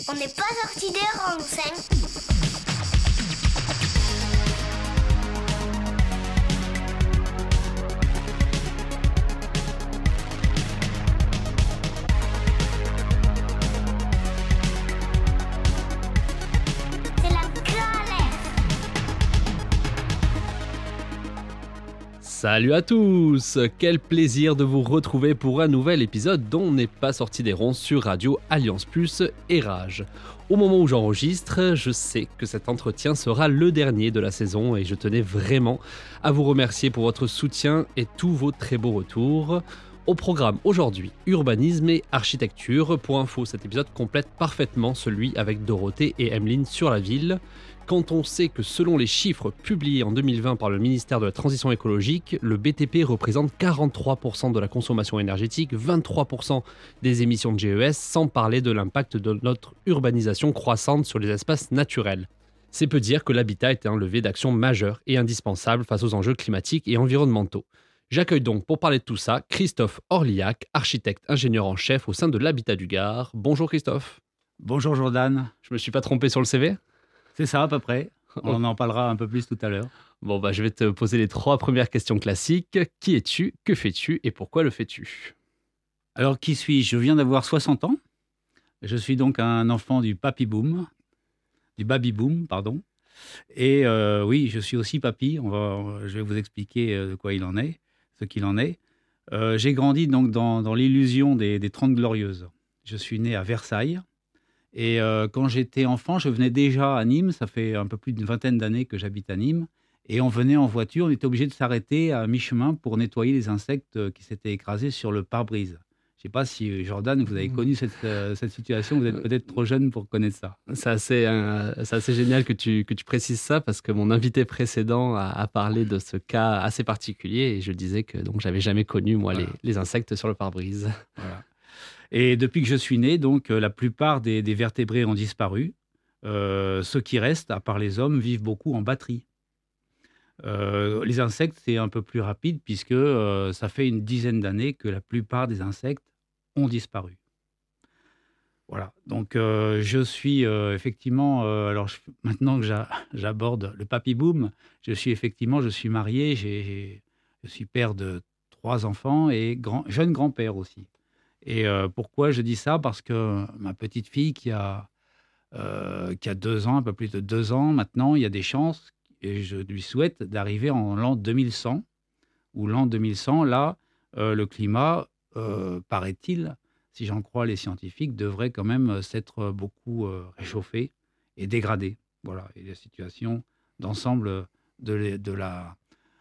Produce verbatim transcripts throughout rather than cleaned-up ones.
On n'est pas sorti des rangs, Salut à tous! Quel plaisir de vous retrouver pour un nouvel épisode dont on n'est pas sorti des ronds sur Radio Alliance Plus et Rage. Au moment où j'enregistre, je sais que cet entretien sera le dernier de la saison et je tenais vraiment à vous remercier pour votre soutien et tous vos très beaux retours. Au programme aujourd'hui, urbanisme et architecture. Pour info, cet épisode complète parfaitement celui avec Dorothée et Emeline sur la ville. Quand on sait que selon les chiffres publiés en deux mille vingt par le ministère de la Transition écologique, le B T P représente quarante-trois pour cent de la consommation énergétique, vingt-trois pour cent des émissions de G E S, sans parler de l'impact de notre urbanisation croissante sur les espaces naturels. C'est peu dire que l'habitat est un levier d'action majeur et indispensable face aux enjeux climatiques et environnementaux. J'accueille donc pour parler de tout ça Christophe Orliac, architecte ingénieur en chef au sein de l'Habitat du Gard. Bonjour Christophe. Bonjour Jordan. Je me suis pas trompé sur le C V ? C'est ça à peu près. On en parlera un peu plus tout à l'heure. Bon, bah, je vais te poser les trois premières questions classiques. Qui es-tu ? Que fais-tu ? Et pourquoi le fais-tu ? Alors, qui suis-je ? Je viens d'avoir soixante ans. Je suis donc un enfant du papy boom, du baby boom, pardon. Et euh, oui, je suis aussi papy. On va, je vais vous expliquer de quoi il en est, ce qu'il en est. Euh, j'ai grandi donc dans, dans l'illusion des, des Trente Glorieuses. Je suis né à Versailles. Et euh, quand j'étais enfant, je venais déjà à Nîmes. Ça fait un peu plus d'une vingtaine d'années que j'habite à Nîmes. Et on venait en voiture, on était obligé de s'arrêter à mi-chemin pour nettoyer les insectes qui s'étaient écrasés sur le pare-brise. Je ne sais pas si, Jordan, vous avez connu cette, euh, cette situation. Vous êtes peut-être trop jeune pour connaître ça. C'est assez, euh, c'est assez génial que tu, que tu précises ça parce que mon invité précédent a, a parlé de ce cas assez particulier et je disais que donc, je n'avais jamais connu, moi, voilà. les, les insectes sur le pare-brise. Voilà. Et depuis que je suis né, donc, la plupart des, des vertébrés ont disparu. Euh, ceux qui restent, à part les hommes, vivent beaucoup en batterie. Euh, les insectes, c'est un peu plus rapide puisque euh, ça fait une dizaine d'années que la plupart des insectes ont disparu. Voilà. Donc, euh, je suis euh, effectivement... Euh, alors, je, maintenant que j'a, j'aborde le papy boom, je suis effectivement, je suis marié, j'ai, j'ai, je suis père de trois enfants et grand, jeune grand-père aussi. Et euh, pourquoi je dis ça ? Parce que ma petite fille qui a, euh, qui a deux ans, un peu plus de deux ans maintenant, il y a des chances, et je lui souhaite d'arriver en l'an deux mille cent, ou l'an deux mille cent, là, euh, le climat, euh, paraît-il, si j'en crois les scientifiques, devrait quand même s'être beaucoup euh, réchauffé et dégradé. Voilà, et la situation d'ensemble de, de, la,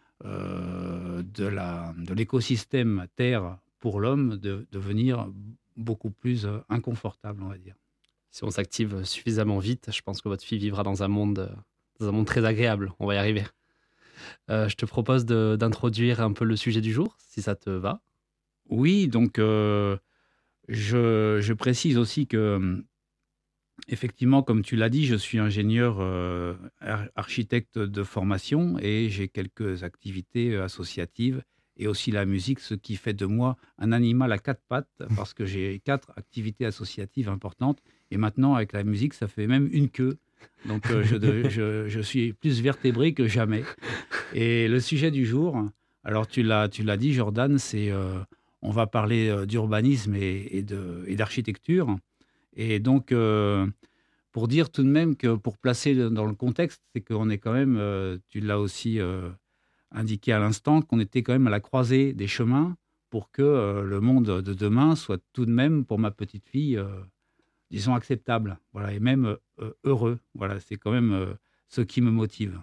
euh, de, la, de l'écosystème Terre pour l'homme de devenir beaucoup plus inconfortable, on va dire. Si on s'active suffisamment vite, je pense que votre fille vivra dans un monde, dans un monde très agréable. On va y arriver. Euh, je te propose de, d'introduire un peu le sujet du jour, si ça te va. Oui, donc euh, je, je précise aussi que, effectivement, comme tu l'as dit, je suis ingénieur euh, architecte de formation et j'ai quelques activités associatives et aussi la musique, ce qui fait de moi un animal à quatre pattes, parce que j'ai quatre activités associatives importantes. Et maintenant, avec la musique, ça fait même une queue. Donc, euh, je, je, je suis plus vertébré que jamais. Et le sujet du jour, alors tu l'as, tu l'as dit, Jordan, c'est euh, on va parler euh, d'urbanisme et, et, de, et d'architecture. Et donc, euh, pour dire tout de même que, pour placer dans le contexte, c'est qu'on est quand même, euh, tu l'as aussi... Euh, indiqué à l'instant qu'on était quand même à la croisée des chemins pour que euh, le monde de demain soit tout de même, pour ma petite fille, euh, disons, acceptable, voilà, et même euh, heureux. Voilà, c'est quand même euh, ce qui me motive.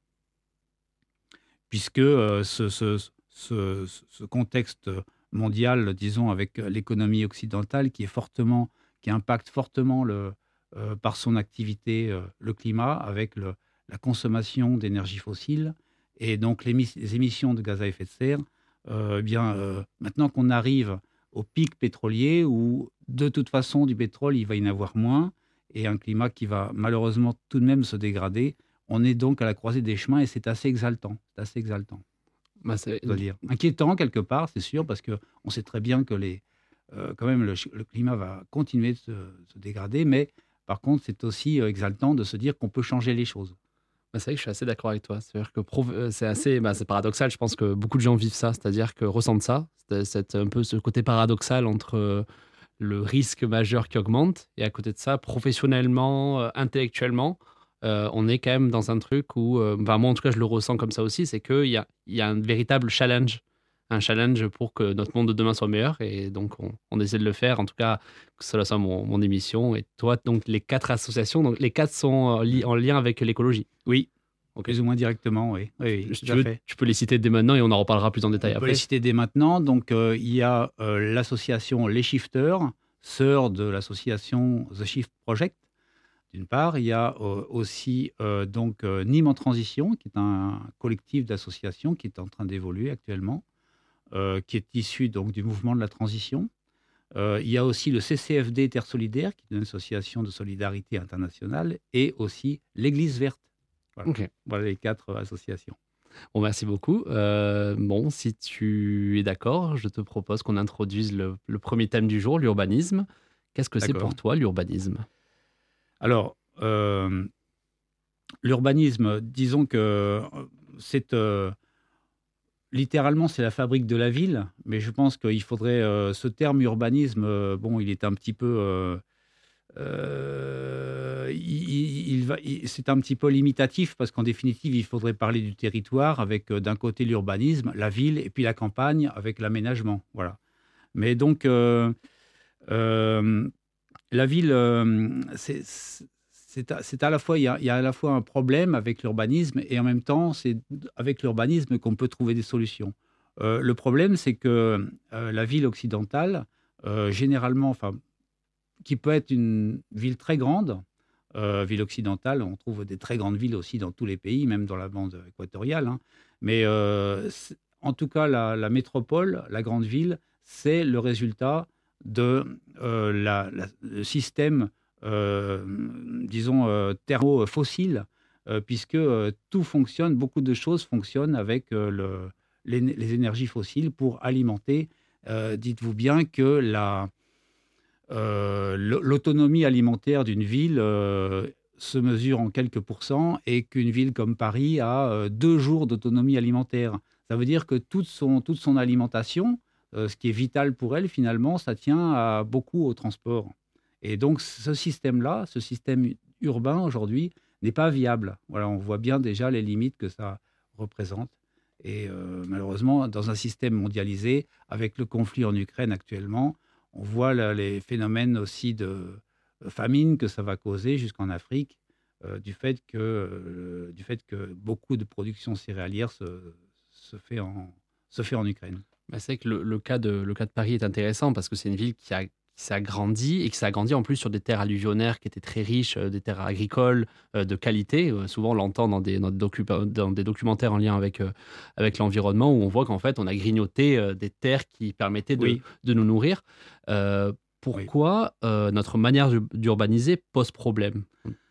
Puisque euh, ce, ce, ce, ce contexte mondial, disons, avec l'économie occidentale qui est fortement, qui impacte fortement le, euh, par son activité euh, le climat, avec le, la consommation d'énergie fossile, et donc les, les émissions de gaz à effet de serre, euh, eh bien, euh, maintenant qu'on arrive au pic pétrolier, où de toute façon du pétrole, il va y en avoir moins, et un climat qui va malheureusement tout de même se dégrader, on est donc à la croisée des chemins, et c'est assez exaltant. C'est assez exaltant. Bah c'est... Je dois dire. Inquiétant quelque part, c'est sûr, parce qu'on sait très bien que les, euh, quand même le, le climat va continuer de se, se dégrader, mais Par contre, c'est aussi euh, exaltant de se dire qu'on peut changer les choses. Bah, c'est vrai que je suis assez d'accord avec toi. C'est-à-dire que pro- euh, c'est assez, bah, c'est paradoxal. Je pense que beaucoup de gens vivent ça, c'est-à-dire que ressentent ça, c'est, c'est un peu ce côté paradoxal entre euh, le risque majeur qui augmente et à côté de ça, professionnellement, euh, intellectuellement, euh, on est quand même dans un truc où, euh, enfin, moi en tout cas, je le ressens comme ça aussi, c'est qu'il y a, il y a un véritable challenge, un challenge pour que notre monde de demain soit meilleur et donc on, on essaie de le faire. En tout cas, que cela soit mon, mon émission et toi, donc les quatre associations, donc les quatre sont euh, li- en lien avec l'écologie. Oui, Ok. plus ou moins directement, oui. Oui, oui, Si tout tu à veux, fait. tu peux les citer dès maintenant et on en reparlera plus en détail On peut après. les citer dès maintenant. Donc, euh, il y a euh, l'association Les Shifters, sœur de l'association The Shift Project. D'une part, il y a euh, aussi euh, donc euh, Nîmes en transition, qui est un collectif d'associations qui est en train d'évoluer actuellement, euh, qui est issu donc du mouvement de la transition. Euh, il y a aussi le C C F D Terre Solidaire, qui est une association de solidarité internationale, et aussi l'Église verte. Voilà, Ok. voilà les quatre associations. Bon, merci beaucoup. Euh, bon, si tu es d'accord, je te propose qu'on introduise le, le premier thème du jour, l'urbanisme. Qu'est-ce que c'est D'accord. pour toi, l'urbanisme? Alors, euh, l'urbanisme, disons que euh, c'est euh, littéralement c'est la fabrique de la ville, mais je pense qu'il faudrait euh, ce terme urbanisme. Euh, bon, il est un petit peu, euh, euh, il, il va, il- c'est un petit peu limitatif parce qu'en définitive, il faudrait parler du territoire avec euh, d'un côté l'urbanisme, la ville, et puis la campagne avec l'aménagement. Voilà. Mais donc euh, euh, la ville, euh, c'est c'est à, c'est à la fois, il y, a, il y a à la fois un problème avec l'urbanisme et en même temps, c'est avec l'urbanisme qu'on peut trouver des solutions. Euh, le problème, c'est que euh, la ville occidentale, euh, généralement, enfin, qui peut être une ville très grande, euh, ville occidentale, on trouve des très grandes villes aussi dans tous les pays, même dans la bande équatoriale, hein. Mais euh, c'est- en tout cas, la, la métropole, la grande ville, c'est le résultat de euh, la- la- le système, euh, disons, euh, thermo-fossile, euh, puisque euh, tout fonctionne, beaucoup de choses fonctionnent avec euh, le- les, les énergies fossiles pour alimenter. Euh, dites-vous bien que la, euh, l'autonomie alimentaire d'une ville euh, se mesure en quelques pourcents et qu'une ville comme Paris a euh, deux jours d'autonomie alimentaire. Ça veut dire que toute son, toute son alimentation, euh, ce qui est vital pour elle, finalement, ça tient à beaucoup au transport. Et donc, ce système-là, ce système urbain aujourd'hui, n'est pas viable. Voilà, on voit bien déjà les limites que ça représente. Et euh, malheureusement, dans un système mondialisé, avec le conflit en Ukraine actuellement, on voit là, les phénomènes aussi de euh, famine que ça va causer jusqu'en Afrique, euh, du, fait que, euh, du fait que beaucoup de production céréalière se, se, fait, en, se fait en Ukraine. Bah, c'est vrai que le, le cas de, le cas de Paris est intéressant parce que c'est une ville qui a, qui s'est agrandie et qui s'est agrandie en plus sur des terres alluvionnaires qui étaient très riches, euh, des terres agricoles euh, de qualité. Euh, souvent, on l'entend dans des, dans, des docu- dans des documentaires en lien avec, euh, avec l'environnement où on voit qu'en fait, on a grignoté euh, des terres qui permettaient de, Oui, de nous nourrir. Euh, oui. pourquoi euh, notre manière d'ur- d'urbaniser pose problème?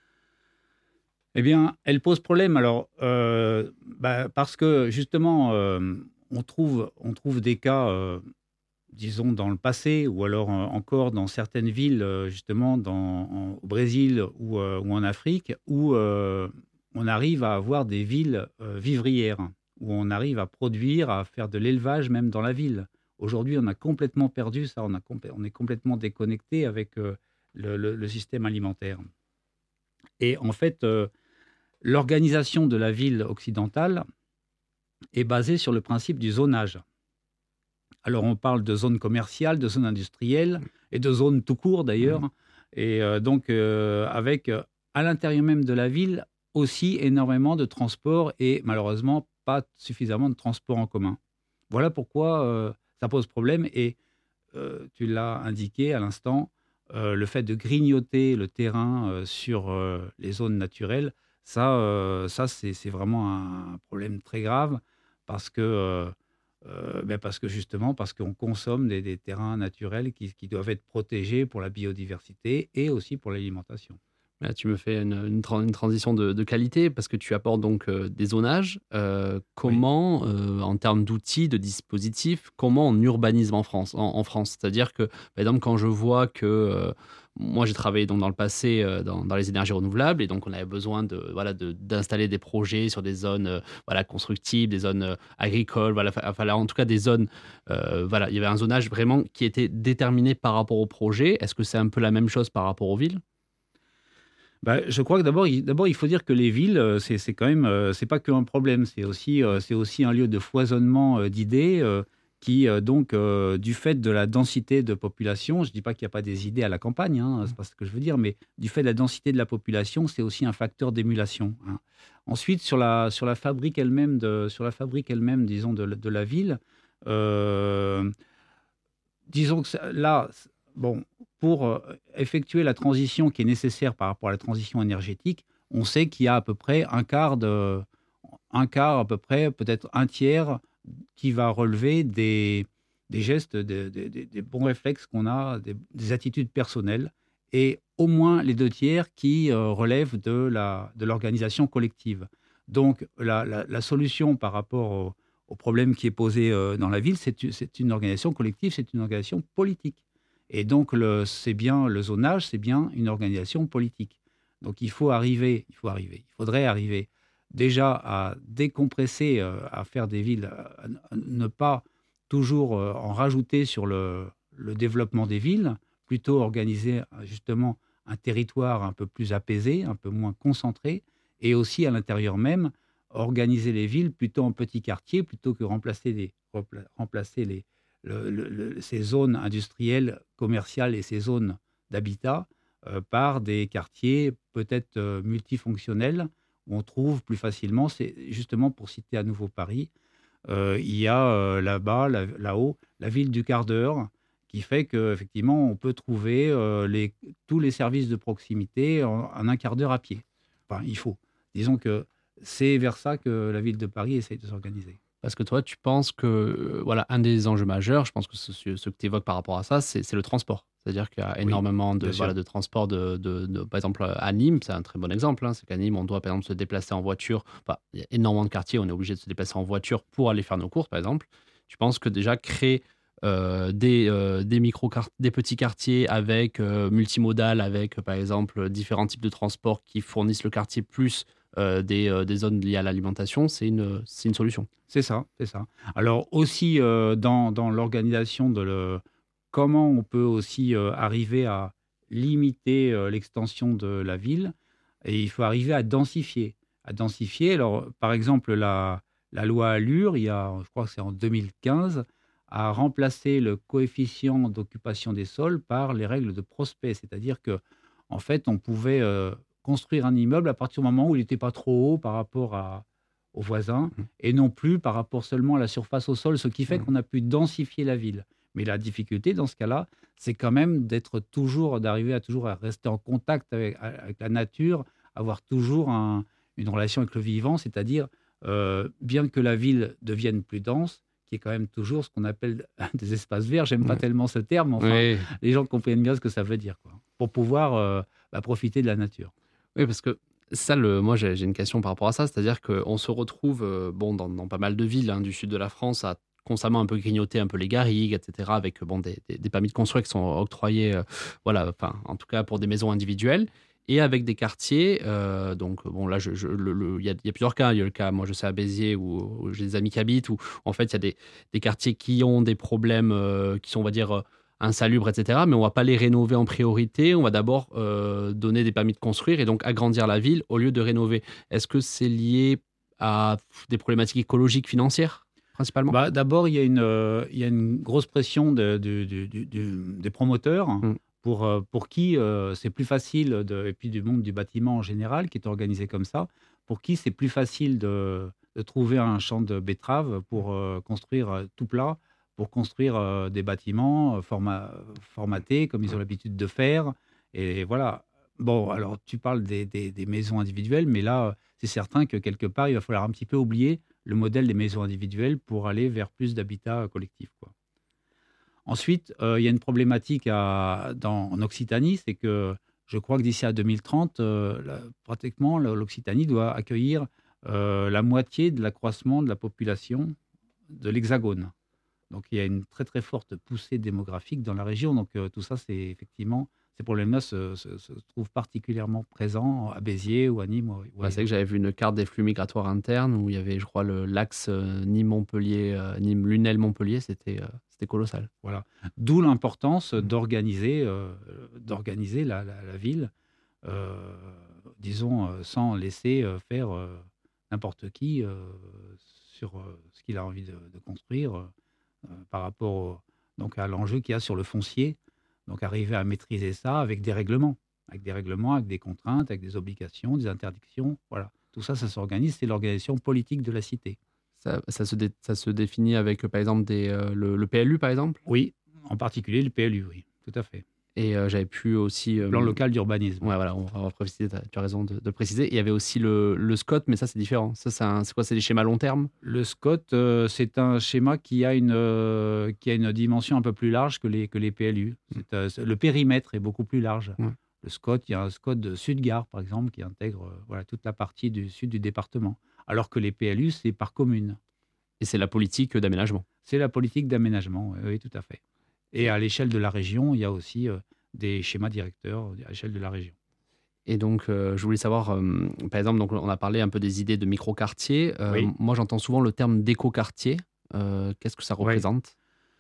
Eh bien, elle pose problème. Alors, euh, bah, parce que justement, euh, on, trouve, on trouve des cas, euh, disons, dans le passé, ou alors euh, encore dans certaines villes, euh, justement, dans, en- au Brésil ou, euh, ou en Afrique, où euh, on arrive à avoir des villes euh, vivrières, où on arrive à produire, à faire de l'élevage même dans la ville. Aujourd'hui, on a complètement perdu ça, on, a complè- on est complètement déconnecté avec euh, le, le- le système alimentaire. Et en fait, euh, l'organisation de la ville occidentale est basée sur le principe du zonage. Alors, on parle de zones commerciales, de zones industrielles et de zones tout court d'ailleurs. Mhm. Et euh, donc, euh, avec euh, à l'intérieur même de la ville aussi énormément de transports et malheureusement pas suffisamment de transports en commun. Voilà pourquoi euh, ça pose problème. Et euh, tu l'as indiqué à l'instant, euh, le fait de grignoter le terrain euh, sur euh, les zones naturelles, ça, euh, ça c'est c'est vraiment un problème très grave parce que euh, euh, ben parce que justement, parce qu'on consomme des, des terrains naturels qui, qui doivent être protégés pour la biodiversité et aussi pour l'alimentation. Là, tu me fais une, une tran- une transition de, de qualité parce que tu apportes donc euh, des zonages. Euh, Oui. comment, euh, en termes d'outils, de dispositifs, comment on urbanise en France, en, en France? C'est-à-dire que, par exemple, quand je vois que euh, moi j'ai travaillé donc dans le passé euh, dans, dans les énergies renouvelables et donc on avait besoin de voilà de- d'installer des projets sur des zones euh, voilà constructibles, des zones euh, agricoles, voilà, fa- enfin, là, en tout cas des zones euh, voilà, il y avait un zonage vraiment qui était déterminé par rapport au projet. Est-ce que c'est un peu la même chose par rapport aux villes? Bah, je crois que d'abord, il, d'abord, il faut dire que les villes, euh, c'est, c'est quand même, euh, c'est pas qu'un problème, c'est aussi, euh, c'est aussi un lieu de foisonnement euh, d'idées euh, qui, euh, donc, euh, du fait de la densité de population, je dis pas qu'il n'y a pas des idées à la campagne, hein, c'est pas ce que je veux dire, mais du fait de la densité de la population, c'est aussi un facteur d'émulation, hein. Ensuite, sur la, sur la fabrique elle-même, de, sur la fabrique elle-même, disons, de, la- de la ville, euh, disons que ça- là, c- bon, pour euh, effectuer la transition qui est nécessaire par rapport à la transition énergétique, on sait qu'il y a à peu près un quart de, un quart à peu près, peut-être un tiers, qui va relever des, des gestes, des, des- des- des bons réflexes qu'on a, des, des attitudes personnelles, et au moins les deux tiers qui euh, relèvent de la, de l'organisation collective. Donc la, la- la solution par rapport au, au problème qui est posé euh, dans la ville, c'est u- c'est une organisation collective, c'est une organisation politique. Et donc le, c'est bien le zonage, c'est bien une organisation politique. Donc il faut arriver, il faut arriver, il faudrait arriver déjà à décompresser, euh, à faire des villes, à, à ne pas toujours euh, en rajouter sur le, le développement des villes, plutôt organiser euh, justement un territoire un peu plus apaisé, un peu moins concentré, et aussi à l'intérieur même, organiser les villes plutôt en petits quartiers, plutôt que remplacer, les, repla- remplacer les, le- le- le- ces zones industrielles, commerciales et ces zones d'habitat euh, par des quartiers peut-être euh, multifonctionnels où on trouve plus facilement, c'est justement pour citer à nouveau Paris, euh, il y a euh, là-bas, là- là-haut, la ville du quart d'heure, qui fait qu'effectivement, on peut trouver euh, les, tous les services de proximité en, en un quart d'heure à pied. Enfin, il faut. Disons que c'est vers ça que la ville de Paris essaye de s'organiser. Parce que toi, tu penses que euh, voilà, un des enjeux majeurs, je pense que ce, ce- ce que tu évoques par rapport à ça, c'est c'est le transport. C'est-à-dire qu'il y a Oui, énormément de, bien voilà, sûr. de transports, de, de- de- par exemple à Nîmes, c'est un très bon exemple. Hein, c'est qu'à Nîmes, on doit par exemple se déplacer en voiture. Enfin, il y a énormément de quartiers, on est obligé de se déplacer en voiture pour aller faire nos courses, par exemple. Tu penses que déjà créer euh, des, euh, des, micro des petits quartiers avec euh, multimodal, avec par exemple différents types de transports qui fournissent le quartier plus euh, des, euh, des zones liées à l'alimentation, c'est une, c'est une solution. C'est ça, c'est ça. Alors aussi euh, dans, dans l'organisation de le, comment on peut aussi euh, arriver à limiter euh, l'extension de la ville, et il faut arriver à densifier. À densifier. Alors par exemple la, la loi Allure, il y a, je crois que c'est en deux mille quinze, a remplacé le coefficient d'occupation des sols par les règles de Prospect, c'est-à-dire que en fait on pouvait euh, construire un immeuble à partir du moment où il n'était pas trop haut par rapport à, aux voisins Mhm. et non plus par rapport seulement à la surface au sol, ce qui fait Mhm. qu'on a pu densifier la ville. Mais la difficulté dans ce cas-là, c'est quand même d'être toujours, d'arriver à toujours à rester en contact avec, avec la nature, avoir toujours un- une relation avec le vivant, c'est-à-dire, euh, bien que la ville devienne plus dense, qui est quand même toujours ce qu'on appelle des espaces verts. J'aime pas Ouais. tellement ce terme, mais enfin, Oui. les gens comprennent bien ce que ça veut dire, quoi, pour pouvoir euh, bah, profiter de la nature. Oui, parce que ça, le, moi, j'ai j'ai une question par rapport à ça. C'est-à-dire qu'on se retrouve euh, bon, dans, dans pas mal de villes hein, du sud de la France à constamment un peu grignoter un peu les garrigues, et cetera, avec bon, des, des- des permis de construire qui sont octroyés, euh, voilà, enfin, en tout cas pour des maisons individuelles, et avec des quartiers. Euh, donc, bon, là, je- je- le- le- il y, a, il y a plusieurs cas. Il y a le cas, moi, je sais, à Béziers, où, où j'ai des amis qui habitent, où en fait, il y a des, des quartiers qui ont des problèmes euh, qui sont, on va dire, euh, insalubres, et cetera. Mais on va pas les rénover en priorité. On va d'abord euh, donner des permis de construire et donc agrandir la ville au lieu de rénover. Est-ce que c'est lié à des problématiques écologiques financières, principalement? Bah, d'abord, il y a une, euh, il y a une grosse pression de- de- de- de- de- des promoteurs Mm. pour, euh, pour qui euh, c'est plus facile, de, et puis du monde du bâtiment en général qui est organisé comme ça, pour qui c'est plus facile de, de trouver un champ de betteraves pour euh, construire euh, tout plat, pour construire euh, des bâtiments euh, forma- formatés comme ils ont l'habitude de faire. Et voilà. Bon, alors tu parles des, des- des maisons individuelles, mais là, c'est certain que quelque part, il va falloir un petit peu oublier le modèle des maisons individuelles pour aller vers plus d'habitat collectif, quoi. Ensuite, euh, il y a une problématique à- dans, en Occitanie, c'est que je crois que d'ici à deux mille trente, euh, la- pratiquement, l'Occitanie doit accueillir euh, la moitié de l'accroissement de la population de l'Hexagone. Donc, il y a une très, très forte poussée démographique dans la région. Donc, euh, tout ça, c'est effectivement, ces problèmes-là se, se- se trouvent particulièrement présents à Béziers ou à Nîmes. ou- ou Bah, c'est vrai que j'avais vu une carte des flux migratoires internes où il y avait, je crois, le- l'axe euh, Nîmes-Montpellier, euh, Nîmes-Lunel-Montpellier, c'était euh, c'était colossal. Voilà. D'où l'importance Mm. d'organiser euh, d'organiser la, la- la ville, euh, disons, euh, sans laisser euh, faire euh, n'importe qui euh, sur euh, ce qu'il a envie de, de construire euh, euh, par rapport au- donc à l'enjeu qu'il y a sur le foncier. Donc arriver à maîtriser ça avec des règlements, avec des règlements, avec des contraintes, avec des obligations, des interdictions. Voilà. Tout ça, ça s'organise. C'est l'organisation politique de la cité. Ça, ça se, dé- ça se définit avec, euh, par exemple, des, euh, le, le P L U, par exemple. Oui, en particulier le P L U, oui, tout à fait. Et euh, j'avais pu aussi... euh, Plan local d'urbanisme. Ouais, voilà, on va on va préciser, t'as- tu as raison de, de le préciser. Et il y avait aussi le, le S C O T, mais ça, c'est différent. Ça, c'est un- c'est quoi? C'est des schémas long terme? Le S C O T, euh, c'est un schéma qui a une, euh, qui a une dimension un peu plus large que les, que les P L U. C'est, euh, c'est- le périmètre est beaucoup plus large. Ouais. Le S C O T, il y a un S C O T de Sud-Gare, par exemple, qui intègre euh, voilà, toute la partie du sud du département. Alors que les P L U, c'est par commune. Et c'est la politique d'aménagement. C'est la politique d'aménagement, oui, oui, tout à fait. Et à l'échelle de la région, il y a aussi euh, des schémas directeurs à l'échelle de la région. Et donc, euh, je voulais savoir, euh, par exemple, donc, on a parlé un peu des idées de micro-quartiers. Euh, Oui. Moi, j'entends souvent le terme d'éco-quartier. Euh, Qu'est-ce que ça Oui. représente?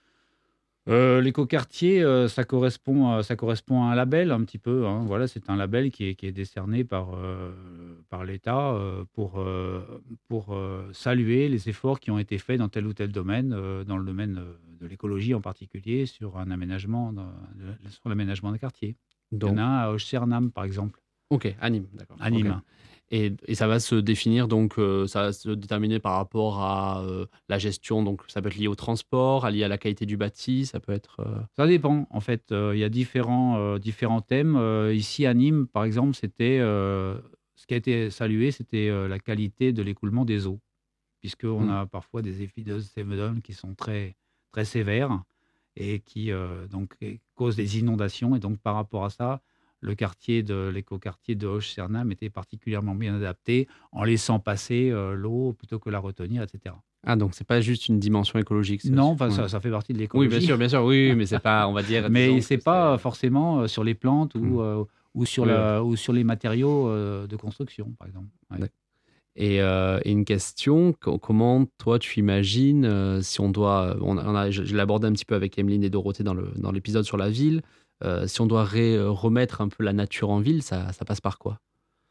Euh, l'écoquartier, euh, ça correspond, à, ça correspond à un label un petit peu. Hein. Voilà, c'est un label qui est, qui est décerné par, euh, par l'État euh, pour, euh, pour euh, saluer les efforts qui ont été faits dans tel ou tel domaine, euh, dans le domaine euh, de l'écologie en particulier, sur un aménagement, dans- de- sur l'aménagement d'un quartier. Il y Donc, en a un à Auch-Cernam, par exemple, ok, à Nîmes, d'accord. à Nîmes. Ok. Et, et ça va se définir, donc, euh, ça va se déterminer par rapport à euh, la gestion. Donc, ça peut être lié au transport, lié à la qualité du bâti, ça peut être. euh, Ça dépend, en fait. Euh, Il y a différents, euh, différents thèmes. Euh, ici, à Nîmes, par exemple, c'était, euh, ce qui a été salué, c'était euh, la qualité de l'écoulement des eaux, puisqu'on Mm. a parfois des épisodes sévenols qui sont très, très sévères et qui euh, donc, eh, causent des inondations. Et donc, par rapport à ça, le quartier de l'écoquartier de Auch-Cernam était particulièrement bien adapté en laissant passer euh, l'eau plutôt que la retenir, et cetera. Ah, donc, c'est pas juste une dimension écologique. c'est- Non, enfin, ouais. ça, ça fait partie de Oui, l'écologie. bien sûr, bien sûr, oui, oui, mais c'est pas, on va dire. Mais disons c'est que pas c'est- forcément euh, sur les plantes ou, Mm. euh, ou, sur Oui, la, ou sur les matériaux euh, de construction, par exemple. Ouais. D'accord. Et, euh, et une question, co- comment toi tu imagines euh, si on doit, on a, on a- je je l'ai abordé un petit peu avec Emeline et Dorothée dans le dans l'épisode sur la ville, euh, si on doit ré- remettre un peu la nature en ville, ça, ça passe par quoi?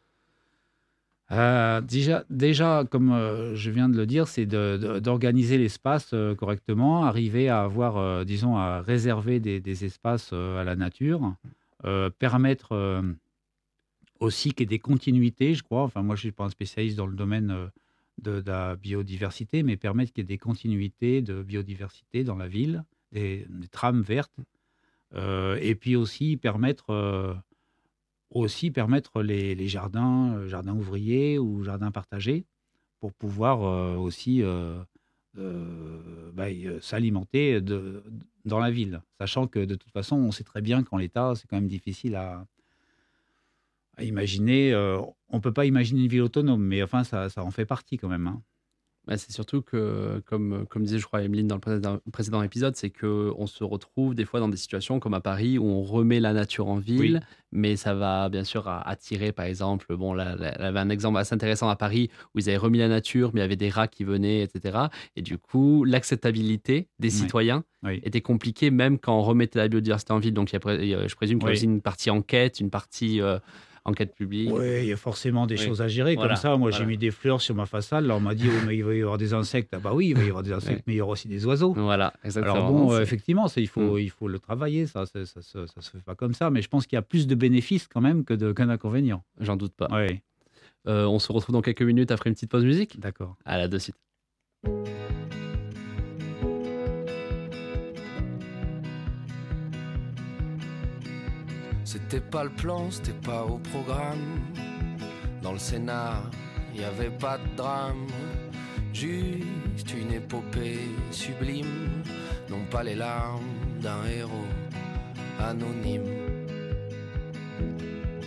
Euh, déjà, déjà, comme euh, je viens de le dire, c'est de- de- d'organiser l'espace euh, correctement, arriver à avoir, euh, disons, à réserver des, des espaces euh, à la nature, euh, permettre euh, aussi qu'il y ait des continuités, je crois. Enfin, moi, je ne suis pas un spécialiste dans le domaine euh, de, de la biodiversité, mais permettre qu'il y ait des continuités de biodiversité dans la ville, des, des trames vertes, euh, et puis aussi permettre, euh, aussi permettre les, les jardins, euh, jardins ouvriers ou jardins partagés, pour pouvoir euh, aussi euh, euh, bah, y- euh, s'alimenter de- dans la ville. Sachant que de toute façon, on sait très bien qu'en l'état, c'est quand même difficile à, à imaginer. Euh, on ne peut pas imaginer une ville autonome, mais enfin, ça, ça en fait partie quand même. Hein. Bah, c'est surtout que, comme, comme disait, je crois, Emeline dans le précédent, précédent épisode, c'est qu'on se retrouve des fois dans des situations comme à Paris où on remet la nature en ville, Oui. mais ça va bien sûr à- attirer, par exemple, bon, là, là, elle avait un exemple assez intéressant à Paris où ils avaient remis la nature, mais il y avait des rats qui venaient, et cetera. Et du coup, l'acceptabilité des Oui. citoyens Oui. était compliquée même quand on remettait la biodiversité en ville. Donc, il y a pré- il y a- je présume qu'il y a Oui. aussi une partie enquête, une partie euh, enquête publique. Oui, il y a forcément des Oui. choses à gérer. Voilà, Comme ça, moi, voilà. j'ai mis des fleurs sur ma façade. Là, on m'a dit, oui, mais il va y avoir des insectes. Ah bah oui, il va y avoir des insectes, Oui. mais il y aura aussi des oiseaux. Voilà, exactement. Alors bon, euh, C'est- effectivement, c'est- il faut, Mm. il faut le travailler. Ça, ça, ça, ça, ça se fait pas comme ça. Mais je pense qu'il y a plus de bénéfices quand même que de- qu'un inconvénient. J'en doute pas. Oui, Euh, on se retrouve dans quelques minutes après une petite pause musique. d'accord. À la de suite. C'était pas le plan, c'était pas au programme. Dans le scénar, y avait pas de drame. Juste une épopée sublime. Non pas les larmes d'un héros anonyme.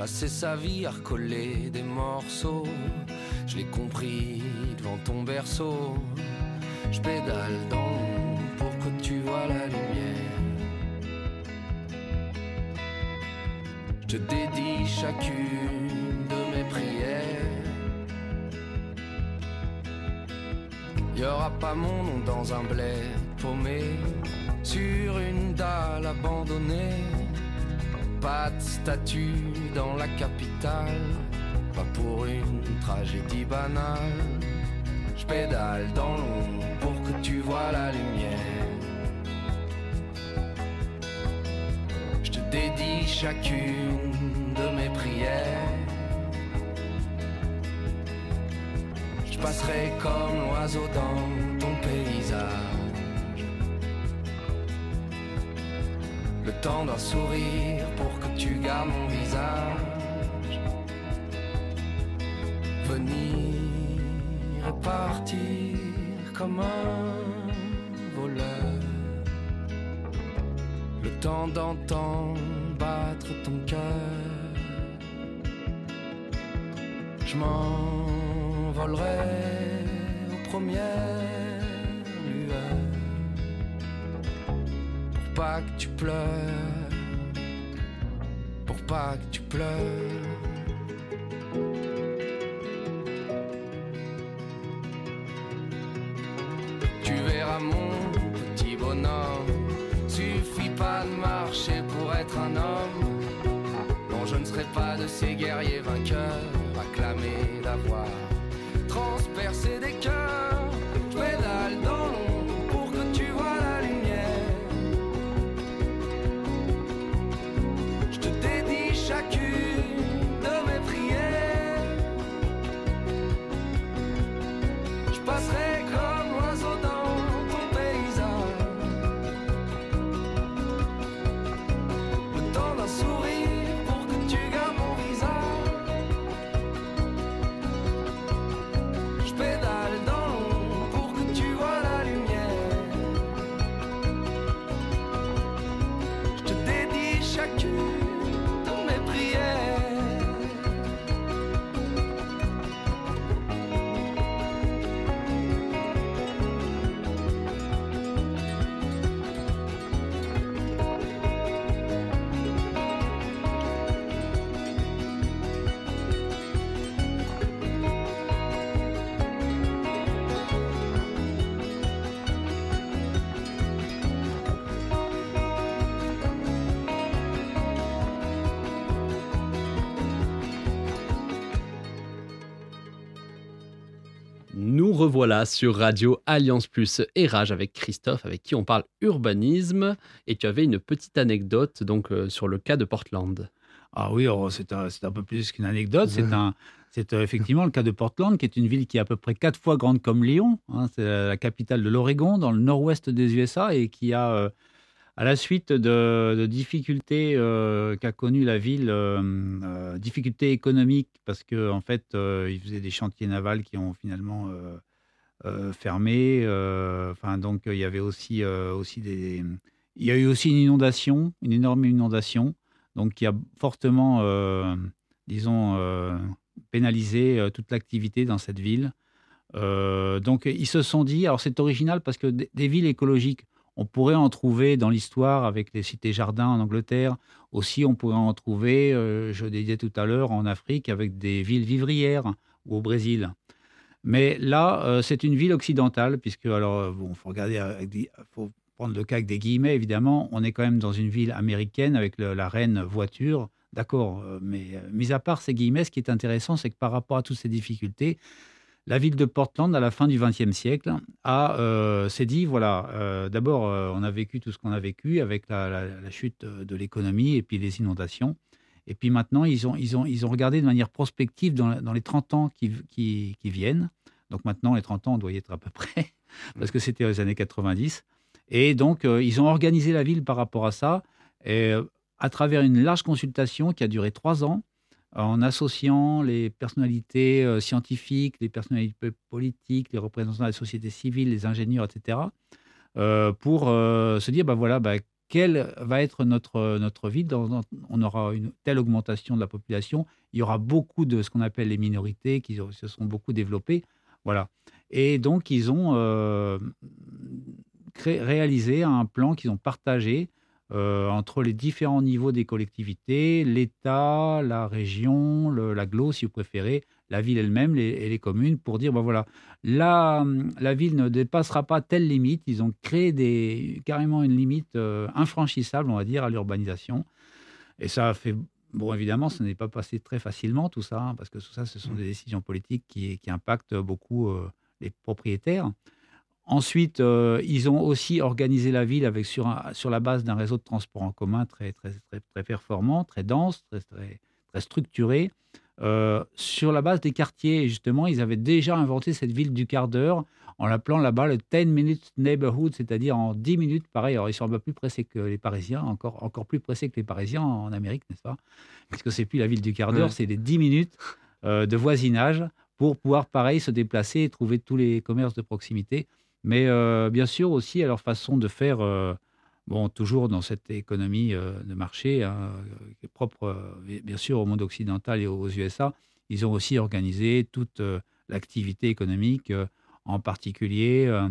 passer sa vie à recoller des morceaux. Je l'ai compris devant ton berceau. Je pédale dans l'ombre pour que tu vois la lumière. Je te dédie chacune de mes prières. Y'aura pas mon nom dans un bled paumé sur une dalle abandonnée. Pas de statue dans la capitale, pas pour une tragédie banale. Je pédale dans l'ombre pour que tu vois la lumière. Je te dédie chacune de mes prières. Je passerai comme l'oiseau dans ton paysage. Le temps d'un sourire pour que tu gardes mon visage. Venir et partir comme un voleur. Le temps d'entendre battre ton cœur. Je m'envolerai aux premières lueurs. Pour pas que tu pleures, pour pas que tu pleures. Tu verras mon petit bonhomme, suffit pas de marcher pour être un homme. Non, je ne serai pas de ces guerriers vainqueurs, acclamés d'avoir transpercé des cœurs. Je pédale dans l'ombre pour que tu vois la lumière. Je te dédie chacune de mes prières. Je passerai comme l'oiseau dans ton paysage. Le temps d'un sourire pour que tu gardes mon visage. Je pédale dans l'ombre pour que tu vois la lumière. Je te dédie chacune de mes prières. Nous revoilà sur Radio Alliance Plus et Rage avec Christophe, avec qui on parle urbanisme. Et tu avais une petite anecdote donc euh, sur le cas de Portland. Ah oui, alors, c'est, un, c'est un peu plus qu'une anecdote. C'est, un, c'est euh, effectivement le cas de Portland, qui est une ville qui est à peu près quatre fois grande comme Lyon. Hein, c'est la capitale de l'Oregon, dans le nord-ouest des U S A, et qui a, euh, à la suite de, de difficultés euh, qu'a connues la ville, euh, euh, difficultés économiques, parce qu'en en fait, euh, ils faisaient des chantiers navals qui ont finalement euh, euh, fermé. Euh, enfin, donc, il y avait aussi, euh, aussi des... Il y a eu aussi une inondation, une énorme inondation, donc qui a fortement, euh, disons, euh, pénalisé euh, toute l'activité dans cette ville. Euh, donc, ils se sont dit... Alors, c'est original parce que des, des villes écologiques, on pourrait en trouver dans l'histoire avec les cités-jardins en Angleterre. Aussi, on pourrait en trouver, euh, je le disais tout à l'heure, en Afrique avec des villes vivrières ou au Brésil. Mais là, euh, c'est une ville occidentale, puisque, alors, bon, faut regarder, avec des, faut prendre le cas avec des guillemets, évidemment. On est quand même dans une ville américaine avec le, la reine voiture, d'accord. Euh, mais euh, mis à part ces guillemets, ce qui est intéressant, c'est que par rapport à toutes ces difficultés, la ville de Portland, à la fin du vingtième siècle, a, euh, s'est dit, voilà, euh, d'abord, euh, on a vécu tout ce qu'on a vécu avec la, la, la chute de l'économie et puis les inondations. Et puis maintenant, ils ont, ils ont, ils ont regardé de manière prospective dans, dans les trente ans qui, qui, qui viennent. Donc maintenant, les trente ans, on doit y être à peu près, parce que c'était les années quatre-vingt-dix. Et donc, euh, ils ont organisé la ville par rapport à ça, et, euh, à travers une large consultation qui a duré trois ans, en associant les personnalités euh, scientifiques, les personnalités politiques, les représentants de la société civile, les ingénieurs, et cetera, euh, pour euh, se dire, bah voilà, bah, quelle va être notre, notre vie. Dans, dans- on aura une telle augmentation de la population. Il y aura beaucoup de ce qu'on appelle les minorités qui se sont beaucoup développées. Voilà. Et donc, ils ont euh, créé- réalisé un plan qu'ils ont partagé euh, entre les différents niveaux des collectivités, l'État, la région, le, l'agglo, si vous préférez, la ville elle-même les, et les communes, pour dire, ben voilà, la, la ville ne dépassera pas telle limite. Ils ont créé des, carrément une limite euh, infranchissable, on va dire, à l'urbanisation. Et ça a fait... Bon, évidemment, ça n'est pas passé très facilement, tout ça, hein, parce que tout ça, ce sont des décisions politiques qui, qui impactent beaucoup euh, les propriétaires. Ensuite, euh, ils ont aussi organisé la ville avec, sur, un- sur la base d'un réseau de transport en commun très, très, très, très performant, très dense, très, très, très structuré. Euh, sur la base des quartiers, et justement, ils avaient déjà inventé cette ville du quart d'heure en l'appelant là-bas le ten minute neighborhood, c'est-à-dire en dix minutes, pareil. Alors, ils sont un peu plus pressés que les Parisiens, encore, encore plus pressés que les Parisiens en Amérique, n'est-ce pas? Parce que c'est plus la ville du quart d'heure, Ouais. c'est les dix minutes euh, de voisinage pour pouvoir, pareil, se déplacer et trouver tous les commerces de proximité. Mais euh, bien sûr aussi à leur façon de faire, euh, bon, toujours dans cette économie euh, de marché, hein, euh, qui est propre euh, bien sûr au monde occidental et aux U S A, ils ont aussi organisé toute euh, l'activité économique, euh, en particulier euh,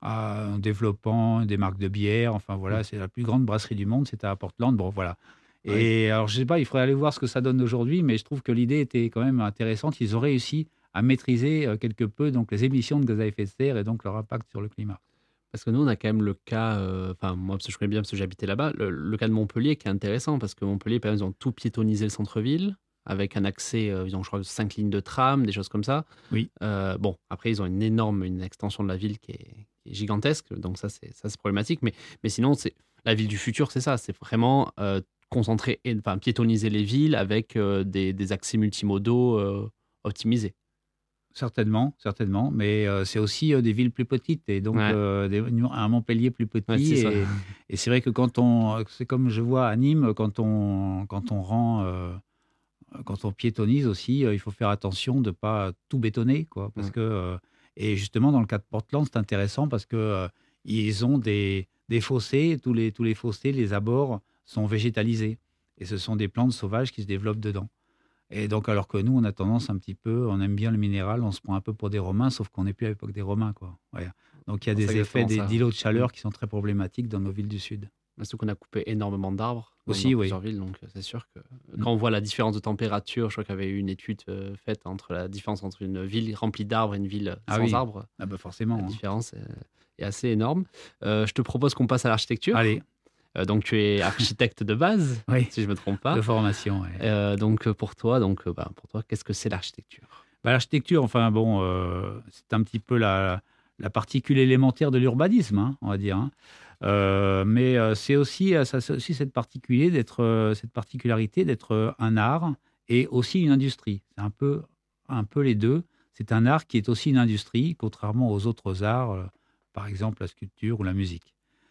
à- en développant des marques de bière. Enfin voilà, c'est la plus grande brasserie du monde, c'est à Portland. Bon voilà. Ouais. Et alors je sais pas, il faudrait aller voir ce que ça donne aujourd'hui, mais je trouve que l'idée était quand même intéressante. Ils ont réussi à maîtriser euh, quelque peu donc les émissions de gaz à effet de serre et donc leur impact sur le climat. Parce que nous, on a quand même le cas, euh, enfin, moi, parce que je connais bien, parce que j'habitais là-bas, le, le cas de Montpellier qui est intéressant, parce que Montpellier, par exemple, ils ont tout piétonnisé le centre-ville, avec un accès, euh, ils ont, je crois, cinq lignes de tram, des choses comme ça. Oui. Euh, bon, après, ils ont une énorme, une extension de la ville qui est, qui est gigantesque, donc ça, c'est, ça, c'est problématique. Mais, mais sinon, c'est, la ville du futur, c'est ça, c'est vraiment euh, concentrer, et- enfin, piétonniser les villes avec euh, des, des accès multimodaux euh, optimisés. Certainement, certainement, mais euh, c'est aussi euh, des villes plus petites et donc Ouais. euh, des- un Montpellier plus petit. Ouais, c'est ça. et, et c'est vrai que quand on, c'est comme je vois à Nîmes, quand on, quand on rend, euh, quand on piétonise aussi, euh, il faut faire attention de pas tout bétonner, quoi, parce Ouais. que euh, et justement dans le cas de Portland, c'est intéressant parce que euh, ils ont des, des fossés, tous les tous les fossés, les abords sont végétalisés et ce sont des plantes sauvages qui se développent dedans. Et donc, alors que nous, on a tendance un petit peu, on aime bien le minéral, on se prend un peu pour des Romains, sauf qu'on n'est plus à l'époque des Romains, quoi. Ouais. Donc, il y a C'est des effets exactement des, ça. d'îlots de chaleur Mm. qui sont très problématiques dans nos villes du Sud. Surtout qu'on a coupé énormément d'arbres dans, Aussi, dans oui. plusieurs villes, donc euh, c'est sûr que Mm. quand on voit la différence de température, je crois qu'il y avait eu une étude euh, faite entre la différence entre une ville remplie d'arbres et une ville Ah sans oui. arbres. Ah bah forcément. La hein. différence est, est assez énorme. Euh, je te propose qu'on passe à l'architecture. Allez, Euh, donc tu es architecte de base, oui, si je me trompe pas. de formation. ouais. Euh, donc pour toi, donc euh, bah, pour toi, qu'est-ce que c'est l'architecture? Bah, l'architecture, enfin bon, euh, c'est un petit peu la, la particule élémentaire de l'urbanisme, hein, on va dire. hein. Euh, mais euh, c'est aussi, euh, ça, c'est aussi cette, particulier d'être, euh, cette particularité d'être euh, un art et aussi une industrie. C'est un peu, un peu les deux. C'est un art qui est aussi une industrie, contrairement aux autres arts, euh, par exemple la sculpture ou la musique.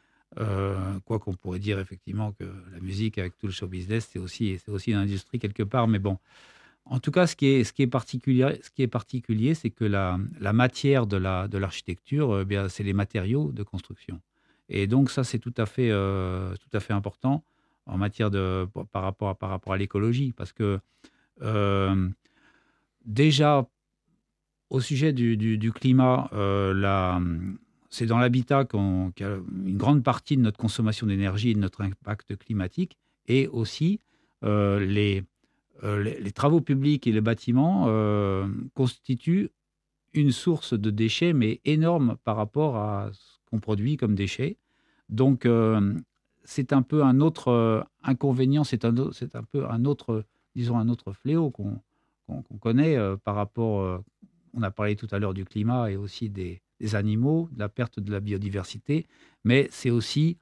Euh, quoi qu'on pourrait dire effectivement que la musique, avec tout le show business, c'est aussi, c'est aussi une industrie quelque part. Mais bon, en tout cas, ce qui est, ce qui est particulier, ce qui est particulier, c'est que la, la matière de, la, de l'architecture, euh, bien, c'est les matériaux de construction. Et donc ça, c'est tout à fait, euh, tout à fait important en matière de, par rapport à, par rapport à l'écologie, parce que euh, déjà, au sujet du, du- du climat, euh, la- c'est dans l'habitat qu'on, qu'il y a une grande partie de notre consommation d'énergie et de notre impact climatique, et aussi euh, les, euh, les, les travaux publics et les bâtiments euh, constituent une source de déchets, mais énorme par rapport à ce qu'on produit comme déchets. Donc, euh, c'est un peu un autre euh, inconvénient, c'est un, au- c'est un peu un autre, disons, un autre fléau qu'on, qu'on, qu'on connaît euh, par rapport. euh, on a parlé tout à l'heure du climat et aussi des, des animaux, de la perte de la biodiversité, mais c'est aussi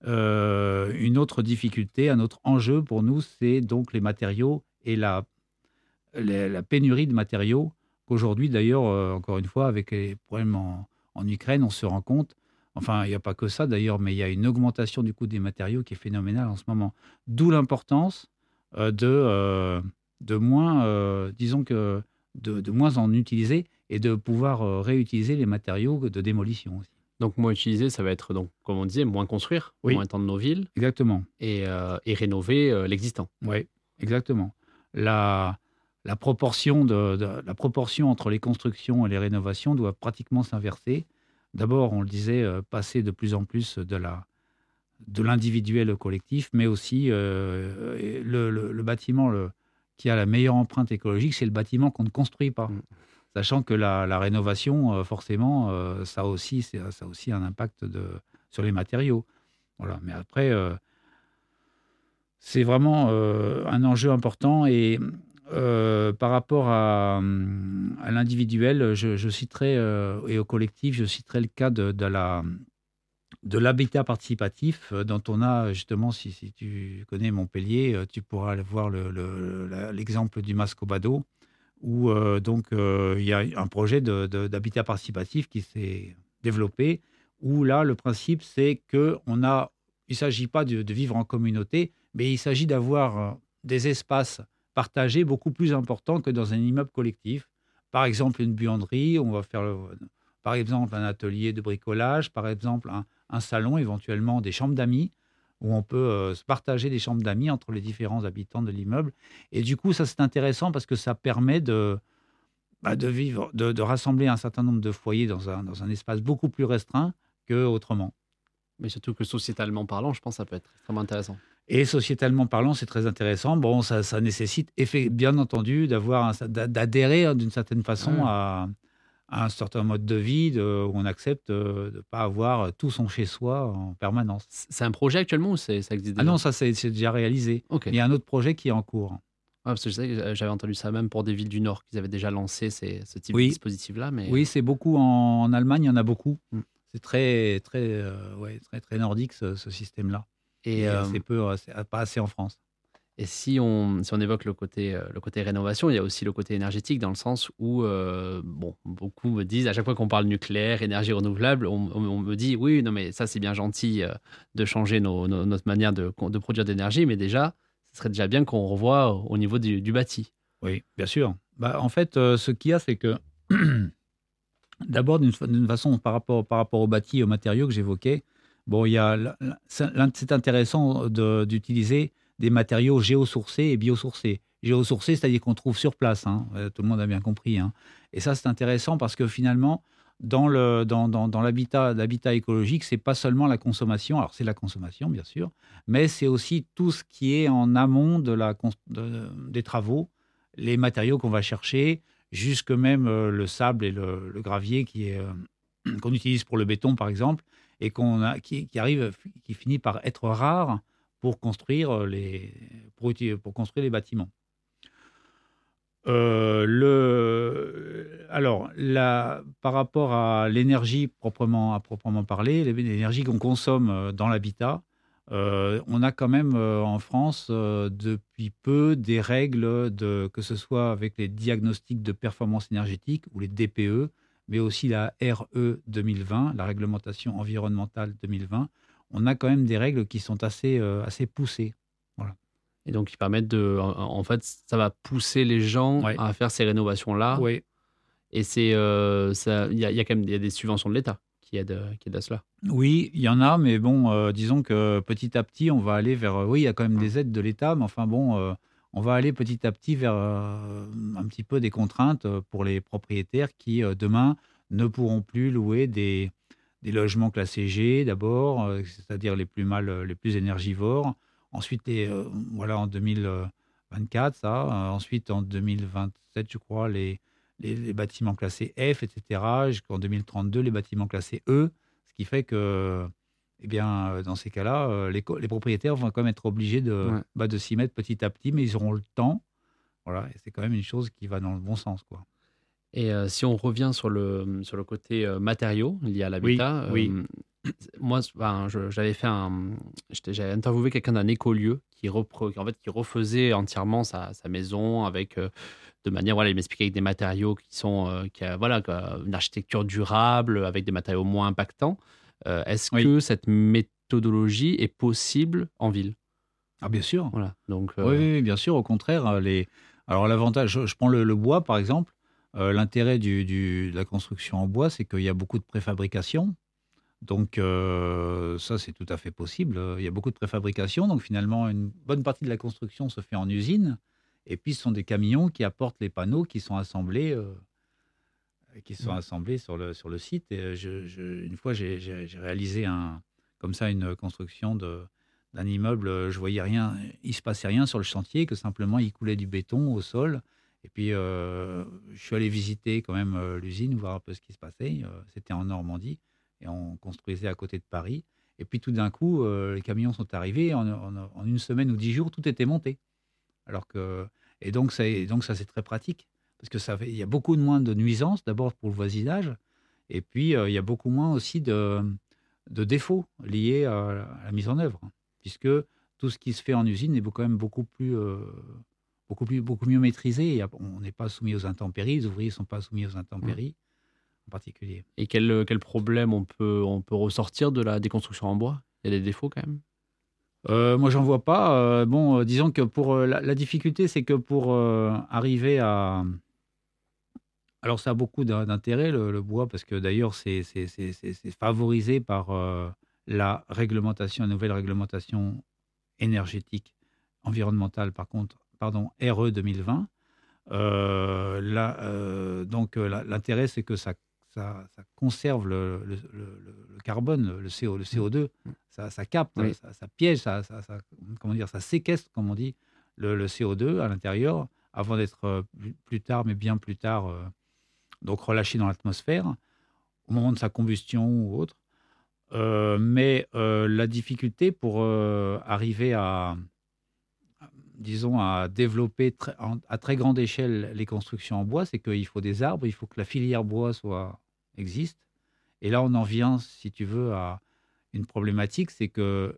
euh, une autre difficulté, un autre enjeu pour nous, c'est donc les matériaux et la, la, la pénurie de matériaux qu'aujourd'hui, d'ailleurs, euh, encore une fois, avec les problèmes en, en Ukraine, on se rend compte. Enfin, il n'y a pas que ça d'ailleurs, mais il y a une augmentation du coût des matériaux qui est phénoménale en ce moment. D'où l'importance euh, de, euh, de moins, euh, disons que de, de moins en utiliser et de pouvoir euh, réutiliser les matériaux de démolition aussi. Donc moins utiliser, ça va être, donc, comme on disait, moins construire, Oui. moins étendre nos villes Exactement. et, euh, et rénover euh, l'existant. Oui, exactement. La, la, proportion de, de, la proportion entre les constructions et les rénovations doit pratiquement s'inverser. D'abord, on le disait, euh, passer de plus en plus de, la, de l'individuel au collectif, mais aussi euh, le, le, le bâtiment le, qui a la meilleure empreinte écologique, c'est le bâtiment qu'on ne construit pas. Mmh. Sachant que la, la rénovation, euh, forcément, euh, ça, aussi, ça a aussi un impact de, sur les matériaux. Voilà. Mais après... Euh, c'est vraiment euh, un enjeu important et euh, par rapport à, à l'individuel, je, je citerai, euh, et au collectif, je citerai le cas de, de, la, de l'habitat participatif dont on a justement, si, si tu connais Montpellier, tu pourras aller voir le, le, la, l'exemple du Mascobado où euh, donc euh, il y a un projet de, de, d'habitat participatif qui s'est développé où là, le principe, c'est qu'on a, il ne s'agit pas de, de vivre en communauté, mais il s'agit d'avoir des espaces partagés beaucoup plus importants que dans un immeuble collectif. Par exemple, une buanderie, on va faire, le, par exemple, un atelier de bricolage, par exemple, un, un salon, éventuellement des chambres d'amis, où on peut euh, se partager des chambres d'amis entre les différents habitants de l'immeuble. Et du coup, ça, c'est intéressant parce que ça permet de, bah, de vivre, de, de rassembler un certain nombre de foyers dans un, dans un espace beaucoup plus restreint qu'autrement. Mais surtout que sociétalement parlant, je pense que ça peut être extrêmement intéressant. Et sociétalement parlant, c'est très intéressant. Bon, ça, ça nécessite, bien entendu, d'avoir un, d'adhérer d'une certaine façon ouais. à, à un certain mode de vie de, où on accepte de ne pas avoir tout son chez-soi en permanence. C'est un projet actuellement ou c'est, ça existe déjà ? Ah non, ça c'est, c'est déjà réalisé. Okay. Il y a un autre projet qui est en cours. Ouais, parce que je sais que j'avais entendu ça même pour des villes du Nord, qu'ils avaient déjà lancé ces, ce type oui. de dispositif-là. Mais... Oui, c'est beaucoup. En, en Allemagne, il y en a beaucoup. Mm. C'est très, très, euh, ouais, très, très nordique, ce, ce système-là. Et, et euh, c'est peu, c'est pas assez en France. Et si on, si on évoque le côté, le côté rénovation, il y a aussi le côté énergétique dans le sens où, euh, bon, beaucoup me disent, à chaque fois qu'on parle nucléaire, énergie renouvelable, on, on, on me dit, oui, non, mais ça, c'est bien gentil euh, de changer nos, nos, notre manière de, de produire d'énergie, mais déjà, ce serait déjà bien qu'on revoie au niveau du, du bâti. Oui, bien sûr. Bah, en fait, euh, ce qu'il y a, c'est que, d'abord, d'une, d'une façon, par rapport, par rapport au bâti et aux matériaux que j'évoquais, bon, il y a, c'est intéressant de, d'utiliser des matériaux géosourcés et biosourcés. Géosourcés, c'est-à-dire qu'on trouve sur place, hein, tout le monde a bien compris. Hein. Et ça, c'est intéressant parce que finalement, dans, le, dans, dans, dans l'habitat, l'habitat écologique, ce n'est pas seulement la consommation, alors c'est la consommation, bien sûr, mais c'est aussi tout ce qui est en amont de la, de, des travaux, les matériaux qu'on va chercher, jusque même le sable et le, le gravier qui est, euh, qu'on utilise pour le béton, par exemple, et qu'on a, qui, qui arrive, qui finit par être rare pour construire les, pour, pour construire les bâtiments. Euh, le, alors, la, par rapport à l'énergie proprement, à proprement parler, l'énergie qu'on consomme dans l'habitat, euh, on a quand même euh, en France, euh, depuis peu, des règles, de, que ce soit avec les diagnostics de performance énergétique ou les D P E, mais aussi la R E deux mille vingt, la réglementation environnementale deux mille vingt, on a quand même des règles qui sont assez, euh, assez poussées. Voilà. Et donc, qui permettent de... En fait, ça va pousser les gens ouais. à faire ces rénovations-là. Oui. Et c'est... Euh, il y a, y a quand même y a des subventions de l'État qui aident, qui aident à cela. Oui, il y en a, mais bon, euh, disons que petit à petit, on va aller vers... Euh, oui, il y a quand même des aides de l'État, mais enfin bon, euh, on va aller petit à petit vers euh, un petit peu des contraintes pour les propriétaires qui, euh, demain, ne pourront plus louer des... des logements classés G d'abord, euh, c'est-à-dire les plus mal, les plus énergivores. Ensuite, les, euh, voilà, en deux mille vingt-quatre, ça. Euh, ensuite, en deux mille vingt-sept, je crois, les, les, les bâtiments classés F, et cetera. Jusqu'en deux mille trente-deux, les bâtiments classés E. Ce qui fait que, eh bien, dans ces cas-là, les, les propriétaires vont quand même être obligés de, ouais. bah, de s'y mettre petit à petit, mais ils auront le temps. Voilà, et c'est quand même une chose qui va dans le bon sens, quoi. Et euh, si on revient sur le, sur le côté euh, matériaux lié à l'habitat, oui, euh, oui. moi, ben, je, j'avais fait un, j'avais interviewé quelqu'un d'un écolieu qui, repre, en fait, qui refaisait entièrement sa, sa maison avec, euh, de manière, voilà, il m'expliquait avec des matériaux qui sont, euh, qui a, voilà, une architecture durable avec des matériaux moins impactants. Euh, est-ce oui. que cette méthodologie est possible en ville ? Ah, bien sûr. Voilà. Donc, euh... oui, oui, bien sûr. Au contraire, les, alors l'avantage, je, je prends le, le bois par exemple. Euh, l'intérêt du, du, de la construction en bois, c'est qu'il y a beaucoup de préfabrication. Donc euh, ça, c'est tout à fait possible. Il y a beaucoup de préfabrication. Donc finalement, une bonne partie de la construction se fait en usine. Et puis, ce sont des camions qui apportent les panneaux qui sont assemblés, euh, qui sont assemblés sur, le, sur le site. Et je, je, une fois, j'ai, j'ai, j'ai réalisé un, comme ça une construction de, d'un immeuble. Je voyais rien, il se passait rien sur le chantier, que simplement il coulait du béton au sol. Et puis, euh, je suis allé visiter quand même euh, l'usine, voir un peu ce qui se passait. Euh, c'était en Normandie et on construisait à côté de Paris. Et puis, tout d'un coup, euh, les camions sont arrivés. En, en, en une semaine ou dix jours, tout était monté. Alors que, et donc, ça, et donc, ça c'est très pratique. Parce que ça fait, il y a beaucoup de moins de nuisances, d'abord pour le voisinage. Et puis, euh, il y a beaucoup moins aussi de, de défauts liés à, à la mise en œuvre. Puisque tout ce qui se fait en usine est quand même beaucoup plus... Euh, Beaucoup, plus, beaucoup mieux maîtrisé. On n'est pas soumis aux intempéries, les ouvriers ne sont pas soumis aux intempéries mmh. en particulier. Et quel, quel problème on peut, on peut ressortir de la déconstruction en bois? Il y a des défauts quand même? euh, Moi, j'en vois pas. Euh, bon, euh, disons que pour euh, la, la difficulté, c'est que pour euh, arriver à... Alors, ça a beaucoup d'intérêt, le, le bois, parce que d'ailleurs, c'est, c'est, c'est, c'est, c'est favorisé par euh, la réglementation, la nouvelle réglementation énergétique, environnementale, par contre, pardon, R E deux mille vingt. Euh, là, euh, donc, euh, la, l'intérêt, c'est que ça, ça, ça conserve le, le, le, le carbone, le, CO, le C O deux. Ça, ça capte, oui. ça, ça piège, ça, ça, ça, comment dire, ça séquestre, comme on dit, le, le C O deux à l'intérieur, avant d'être euh, plus, plus tard, mais bien plus tard, euh, donc relâché dans l'atmosphère, au moment de sa combustion ou autre. Euh, mais euh, la difficulté pour euh, arriver à... disons, à développer très, à très grande échelle les constructions en bois, c'est qu'il faut des arbres, il faut que la filière bois soit, existe. Et là, on en vient, si tu veux, à une problématique, c'est que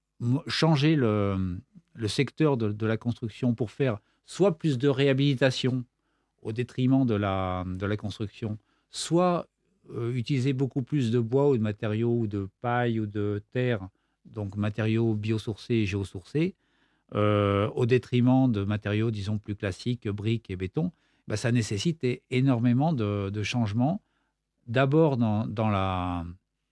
changer le, le secteur de, de la construction pour faire soit plus de réhabilitation au détriment de la, de la construction, soit euh, utiliser beaucoup plus de bois ou de matériaux ou de paille ou de terre, donc matériaux biosourcés et géosourcés, Euh, au détriment de matériaux, disons, plus classiques, briques et béton, bah, ça nécessite énormément de, de changements. D'abord dans, dans, la,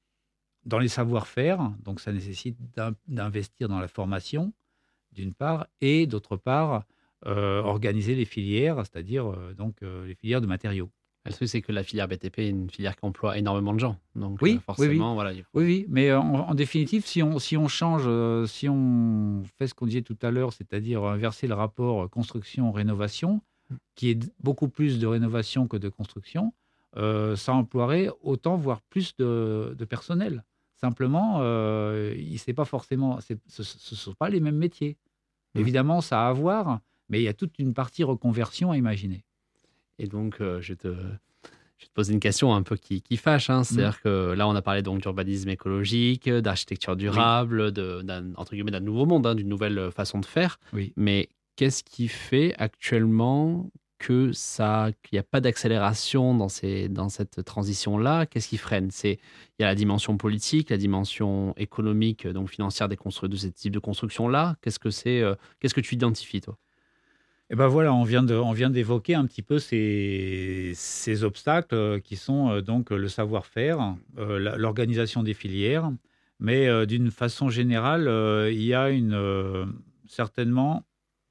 dans les savoir-faire, donc ça nécessite d'investir dans la formation, d'une part, et d'autre part, euh, organiser les filières, c'est-à-dire euh, donc, euh, les filières de matériaux. Le truc, c'est que la filière B T P est une filière qui emploie énormément de gens. Donc, oui, euh, forcément, oui, oui. voilà. Il faut... oui, oui, mais en, en définitive, si on, si on change, euh, si on fait ce qu'on disait tout à l'heure, c'est-à-dire inverser le rapport construction-rénovation, qui est beaucoup plus de rénovation que de construction, euh, ça emploierait autant, voire plus de, de personnel. Simplement, euh, c'est pas forcément, c'est, ce ne sont pas les mêmes métiers. Mmh. Évidemment, ça a à voir, mais il y a toute une partie reconversion à imaginer. Et donc, euh, je, te, je vais te poser une question un peu qui, qui fâche. Hein. C'est-à-dire mmh. que là, on a parlé donc d'urbanisme écologique, d'architecture durable, oui. de, d'un, entre guillemets, d'un nouveau monde, hein, d'une nouvelle façon de faire. Oui. Mais qu'est-ce qui fait actuellement que ça, qu'il n'y a pas d'accélération dans, ces, dans cette transition-là? Qu'est-ce qui freine? C'est, il y a la dimension politique, la dimension économique, donc financière des constru- de ce type de construction-là. Qu'est-ce que c'est, euh, qu'est-ce que tu identifies, toi? Eh ben voilà, on vient, de, on vient d'évoquer un petit peu ces, ces obstacles qui sont euh, donc le savoir-faire, euh, la, l'organisation des filières, mais euh, d'une façon générale, euh, il y a une, euh, certainement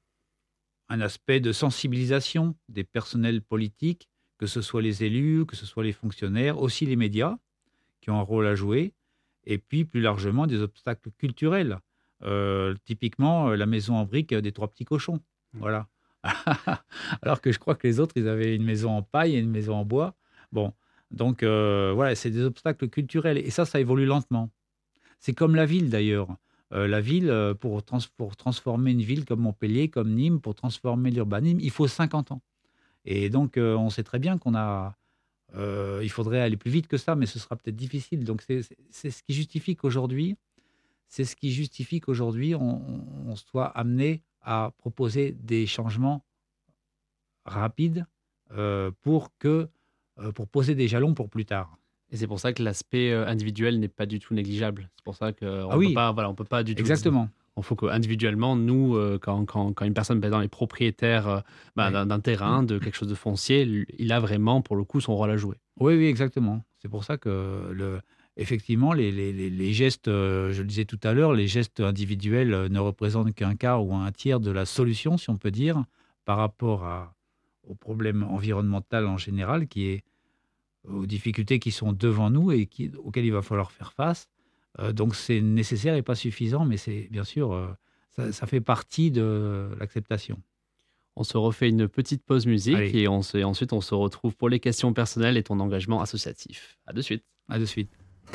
un aspect de sensibilisation des personnels politiques, que ce soit les élus, que ce soit les fonctionnaires, aussi les médias, qui ont un rôle à jouer, et puis plus largement des obstacles culturels, euh, typiquement la maison en briques des trois petits cochons, voilà. Alors que je crois que les autres, ils avaient une maison en paille et une maison en bois. Bon, donc euh, voilà, c'est des obstacles culturels. Et ça, ça évolue lentement. C'est comme la ville, d'ailleurs. Euh, la ville, pour, trans- pour transformer une ville comme Montpellier, comme Nîmes, pour transformer l'urbanisme, il faut cinquante ans. Et donc, euh, on sait très bien qu'on a... Euh, il faudrait aller plus vite que ça, mais ce sera peut-être difficile. Donc, c'est, c'est, c'est ce qui justifie qu'aujourd'hui, c'est ce qui justifie qu'aujourd'hui, on, on soit amené à proposer des changements rapides euh, pour, que, euh, pour poser des jalons pour plus tard. Et c'est pour ça que l'aspect individuel n'est pas du tout négligeable. C'est pour ça qu'on ah oui. peut pas, voilà, on peut pas du tout... Exactement. Il faut qu'individuellement, nous, euh, quand, quand, quand une personne, par exemple, est propriétaire euh, bah, oui. d'un, d'un terrain, de quelque chose de foncier, il a vraiment, pour le coup, son rôle à jouer. Oui, oui, exactement. C'est pour ça que le, effectivement, les, les, les, les gestes, euh, je le disais tout à l'heure, les gestes individuels euh, ne représentent qu'un quart ou un tiers de la solution, si on peut dire, par rapport à, au problème environnemental en général, qui est aux difficultés qui sont devant nous et qui, auxquelles il va falloir faire face. Euh, donc c'est nécessaire et pas suffisant, mais c'est bien sûr, euh, ça, ça fait partie de l'acceptation. On se refait une petite pause musique Allez. et on se, ensuite on se retrouve pour les questions personnelles et ton engagement associatif. À de suite. À de suite.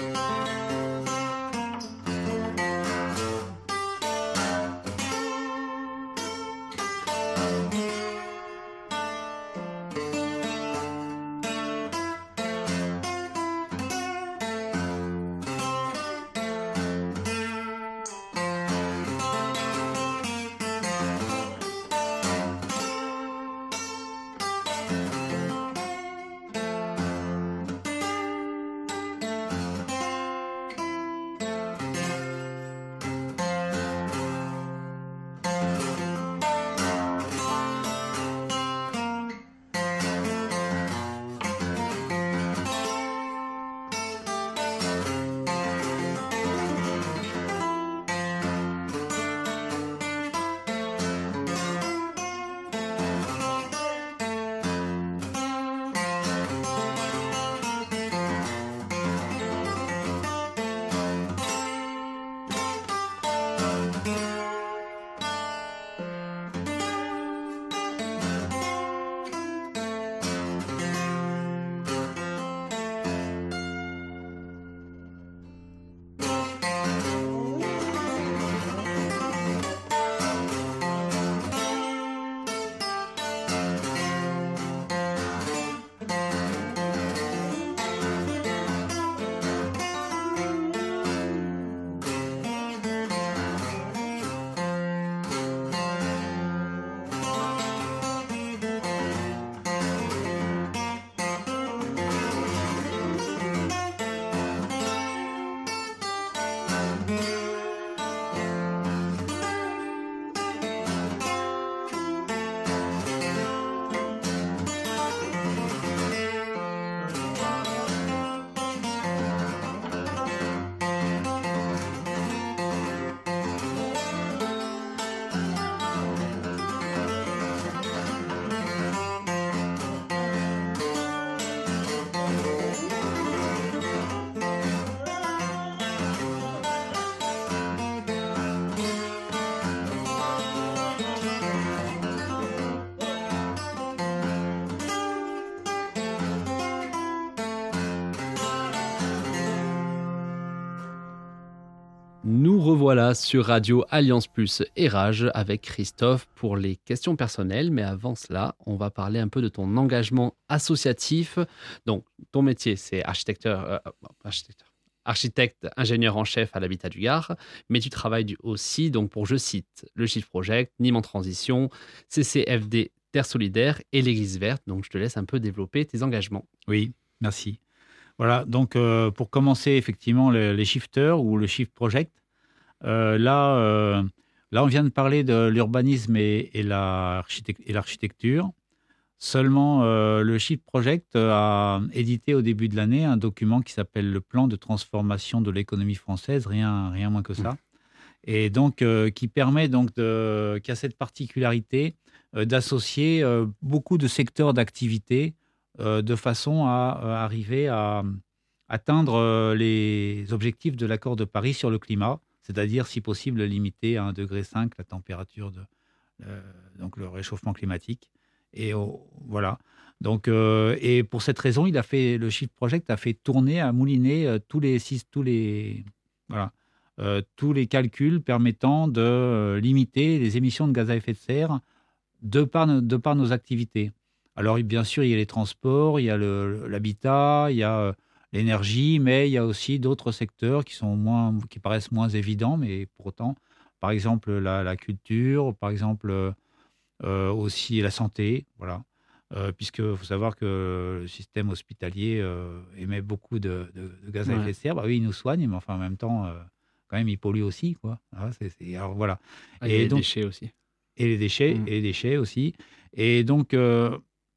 Nous revoilà sur Radio Alliance Plus et Rage avec Christophe pour les questions personnelles. Mais avant cela, on va parler un peu de ton engagement associatif. Donc, ton métier, c'est architecteur, euh, architecteur, architecte, ingénieur en chef à l'Habitat du Gard. Mais tu travailles du- aussi donc pour, je cite, le Shift Project, Nîmes en Transition, C C F D Terre Solidaire et l'Église Verte. Donc, je te laisse un peu développer tes engagements. Oui, merci. Voilà, donc euh, pour commencer, effectivement, le- les shifters ou le Shift Project, euh, là, euh, là, on vient de parler de l'urbanisme et, et l'architect- et l'architecture. Seulement, euh, le Shift Project a édité au début de l'année un document qui s'appelle le Plan de transformation de l'économie française, rien, rien moins que ça. Et donc, euh, qui permet donc de, qui a cette particularité euh, d'associer euh, beaucoup de secteurs d'activité euh, de façon à euh, arriver à atteindre euh, les objectifs de l'accord de Paris sur le climat, c'est-à-dire, si possible, limiter à un degré cinq la température, de, euh, donc le réchauffement climatique. Et oh, voilà. Donc, euh, et pour cette raison, il a fait, le Shift Project a fait tourner, a mouliner euh, tous les six, tous les, voilà, euh, tous les calculs permettant de euh, limiter les émissions de gaz à effet de serre de par, no- de par nos activités. Alors, bien sûr, il y a les transports, il y a le- l'habitat, il y a euh, l'énergie, mais il y a aussi d'autres secteurs qui sont moins, qui paraissent moins évidents, mais pour autant, par exemple, la, la culture, par exemple, euh, euh, aussi la santé, voilà. Euh, puisqu'il faut savoir que le système hospitalier euh, émet beaucoup de, de- de gaz à Ouais. effet de serre. Bah oui, il nous soigne, mais enfin, en même temps, euh, quand même, il pollue aussi, quoi. Ah, c'est- c'est- alors, voilà. Ah, il y a Et les donc, déchets aussi. et les déchets, Mm. et les déchets aussi. Et donc, euh,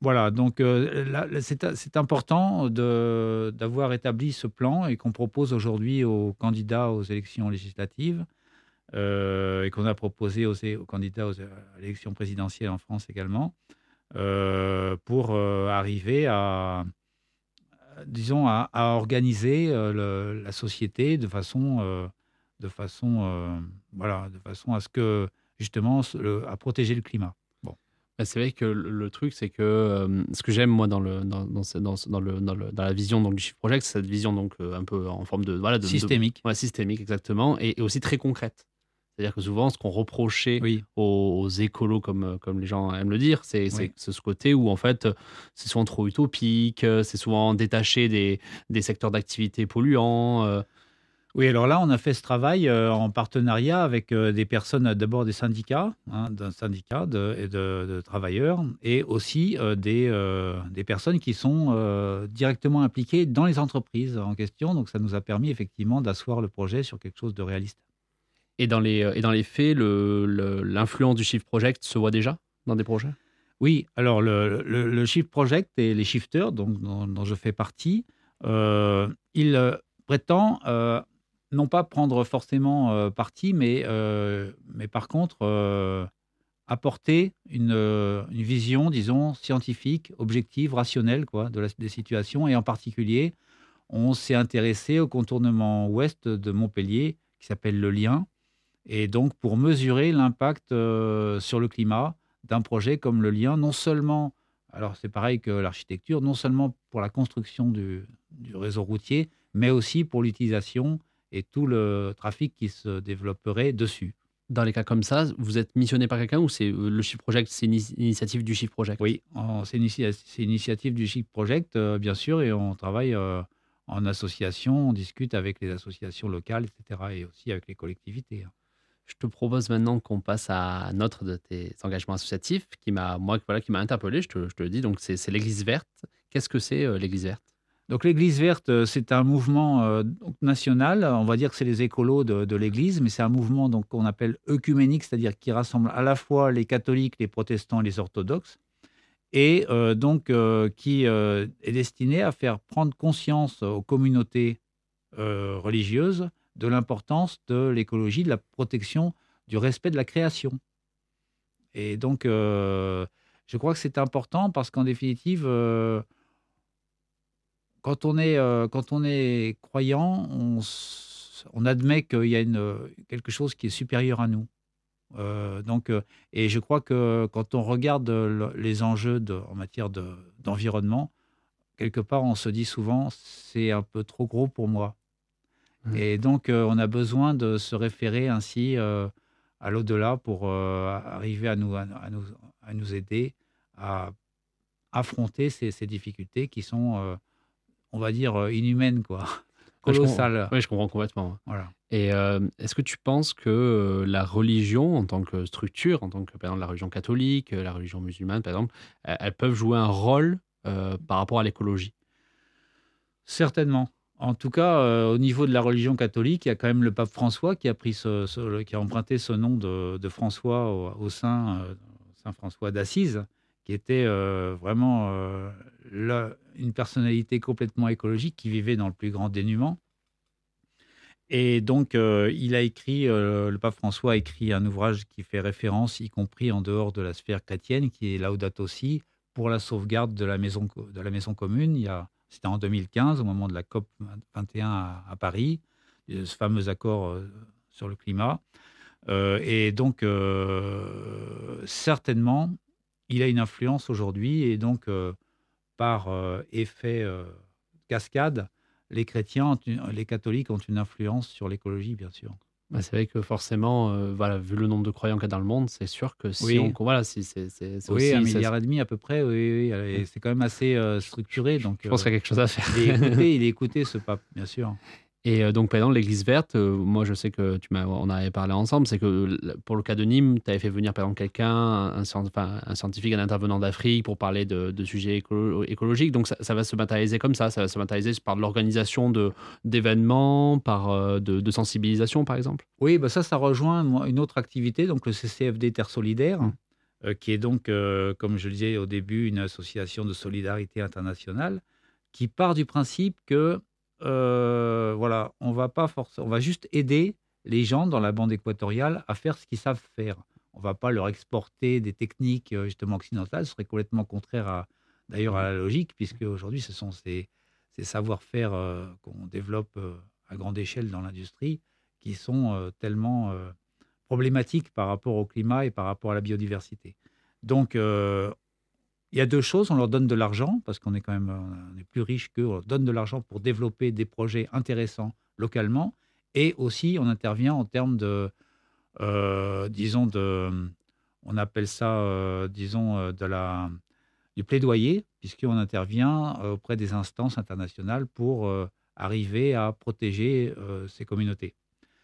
Voilà, donc euh, là, là, c'est, c'est important de, d'avoir établi ce plan et qu'on propose aujourd'hui aux candidats aux élections législatives euh, et qu'on a proposé aux, aux candidats aux, à l'élection présidentielle en France également, euh, pour euh, arriver à, disons, à, à organiser euh, le, la société de façon, euh, de façon, euh, voilà, de façon à ce que justement, le, à protéger le climat. C'est vrai que le, le truc, c'est que euh, ce que j'aime moi dans le dans dans, dans, dans le, dans, le, dans la vision donc du Shift Project, c'est cette vision donc euh, un peu en forme de voilà de systémique, de, ouais, systémique exactement, et, et aussi très concrète. C'est-à-dire que souvent, ce qu'on reprochait oui. aux, aux écolos, comme comme les gens aiment le dire, c'est, oui. c'est, c'est ce côté où en fait c'est souvent trop utopique, c'est souvent détaché des des secteurs d'activité polluants. Euh, Oui, alors là, on a fait ce travail euh, en partenariat avec euh, des personnes, d'abord des syndicats, hein, d'un syndicat de, et de, de travailleurs, et aussi euh, des, euh, des personnes qui sont euh, directement impliquées dans les entreprises en question. Donc, ça nous a permis effectivement d'asseoir le projet sur quelque chose de réaliste. Et dans les, et dans les faits, le, le, l'influence du Shift Project se voit déjà dans des projets ? Oui, alors le, le, le Shift Project et les shifters, donc, dont, dont je fais partie, euh, ils euh, prétendent... Euh, non pas prendre forcément euh, parti, mais, euh, mais par contre euh, apporter une, euh, une vision, disons, scientifique, objective, rationnelle quoi, de la, des situations. Et en particulier, on s'est intéressé au contournement ouest de Montpellier, qui s'appelle le Lien. Et donc, pour mesurer l'impact euh, sur le climat d'un projet comme le Lien, non seulement, alors c'est pareil que l'architecture, non seulement pour la construction du, du réseau routier, mais aussi pour l'utilisation et tout le trafic qui se développerait dessus. Dans les cas comme ça, vous êtes missionné par quelqu'un ou c'est le Shift Project, c'est une initiative du Shift Project ? Oui, c'est une, c'est une initiative du Shift Project, euh, bien sûr, et on travaille euh, en association, on discute avec les associations locales, et cetera, et aussi avec les collectivités. Je te propose maintenant qu'on passe à un autre de tes engagements associatifs qui m'a, moi, voilà, qui m'a interpellé, je te, je te le dis, donc c'est, c'est l'Église verte. Qu'est-ce que c'est euh, l'Église verte ? Donc l'Église verte, c'est un mouvement euh, national. On va dire que c'est les écolos de, de l'Église, mais c'est un mouvement donc, qu'on appelle œcuménique, c'est-à-dire qui rassemble à la fois les catholiques, les protestants et les orthodoxes, et euh, donc euh, qui euh, est destiné à faire prendre conscience aux communautés euh, religieuses de l'importance de l'écologie, de la protection, du respect de la création. Et donc, euh, je crois que c'est important parce qu'en définitive... Euh, Quand on est, euh, quand on est croyant, on, on admet qu'il y a une, quelque chose qui est supérieur à nous. Euh, donc, euh, et je crois que quand on regarde le, les enjeux de, en matière de, d'environnement, quelque part, on se dit souvent, c'est un peu trop gros pour moi. Mmh. Et donc, euh, on a besoin de se référer ainsi euh, à l'au-delà pour euh, arriver à nous, à, à, nous, à nous aider à affronter ces, ces difficultés qui sont... Euh, on va dire, inhumaine, quoi. Colossale. Oui, je comprends complètement. Voilà. Et euh, est-ce que tu penses que euh, la religion, en tant que structure, en tant que, par exemple, la religion catholique, la religion musulmane, par exemple, elles, elles peuvent jouer un rôle euh, par rapport à l'écologie ? Certainement. En tout cas, euh, au niveau de la religion catholique, il y a quand même le pape François qui a, pris ce, ce, qui a emprunté ce nom de, de François au, au Saint, euh, Saint François d'Assise, qui était euh, vraiment euh, là, une personnalité complètement écologique qui vivait dans le plus grand dénuement. Et donc, euh, il a écrit, euh, le pape François a écrit un ouvrage qui fait référence, y compris en dehors de la sphère chrétienne, qui est Laudato Si, pour la sauvegarde de la maison, de la maison commune. Il y a, c'était en deux mille quinze, au moment de la COP vingt et un à, à Paris, ce fameux accord euh, sur le climat. Euh, et donc, euh, certainement, il a une influence aujourd'hui, et donc, euh, par euh, effet euh, cascade, les chrétiens, ont une, les catholiques ont une influence sur l'écologie, bien sûr. Bah, c'est vrai que forcément, euh, voilà, vu le nombre de croyants qu'il y a dans le monde, c'est sûr que si oui. on... Voilà, si c'est, c'est, c'est oui, aussi, un c'est... milliard et demi à peu près, oui, oui, et c'est quand même assez euh, structuré. Donc, je pense qu'il y a quelque chose à faire. Il est écouté, il est écouté, ce pape, bien sûr. Et euh, donc, par exemple, l'Église verte, euh, moi, je sais que tu m'as, on en avait parlé ensemble, c'est que pour le cas de Nîmes, tu avais fait venir, par exemple, quelqu'un, un, un, un scientifique, un intervenant d'Afrique pour parler de, de sujets écolo- écologiques. Donc, ça, ça va se matérialiser comme ça. Ça va se matérialiser par de l'organisation de, d'événements, par euh, de, de sensibilisation, par exemple. Oui, bah ça, ça rejoint une autre activité, donc le C C F D Terre Solidaire, mmh. euh, qui est donc, euh, comme je le disais au début, une association de solidarité internationale, qui part du principe que euh, voilà, on va pas forcément, on va juste aider les gens dans la bande équatoriale à faire ce qu'ils savent faire. On ne va pas leur exporter des techniques euh, justement occidentales, ce serait complètement contraire à, d'ailleurs à la logique, puisque aujourd'hui ce sont ces, ces savoir-faire euh, qu'on développe euh, à grande échelle dans l'industrie qui sont euh, tellement euh, problématiques par rapport au climat et par rapport à la biodiversité. Donc, euh, il y a deux choses. On leur donne de l'argent, parce qu'on est quand même on est plus riche qu'eux. On leur donne de l'argent pour développer des projets intéressants localement. Et aussi, on intervient en termes de, euh, disons, de, on appelle ça, euh, disons, euh, de la, du plaidoyer, puisqu'on intervient euh, auprès des instances internationales pour euh, arriver à protéger euh, ces communautés.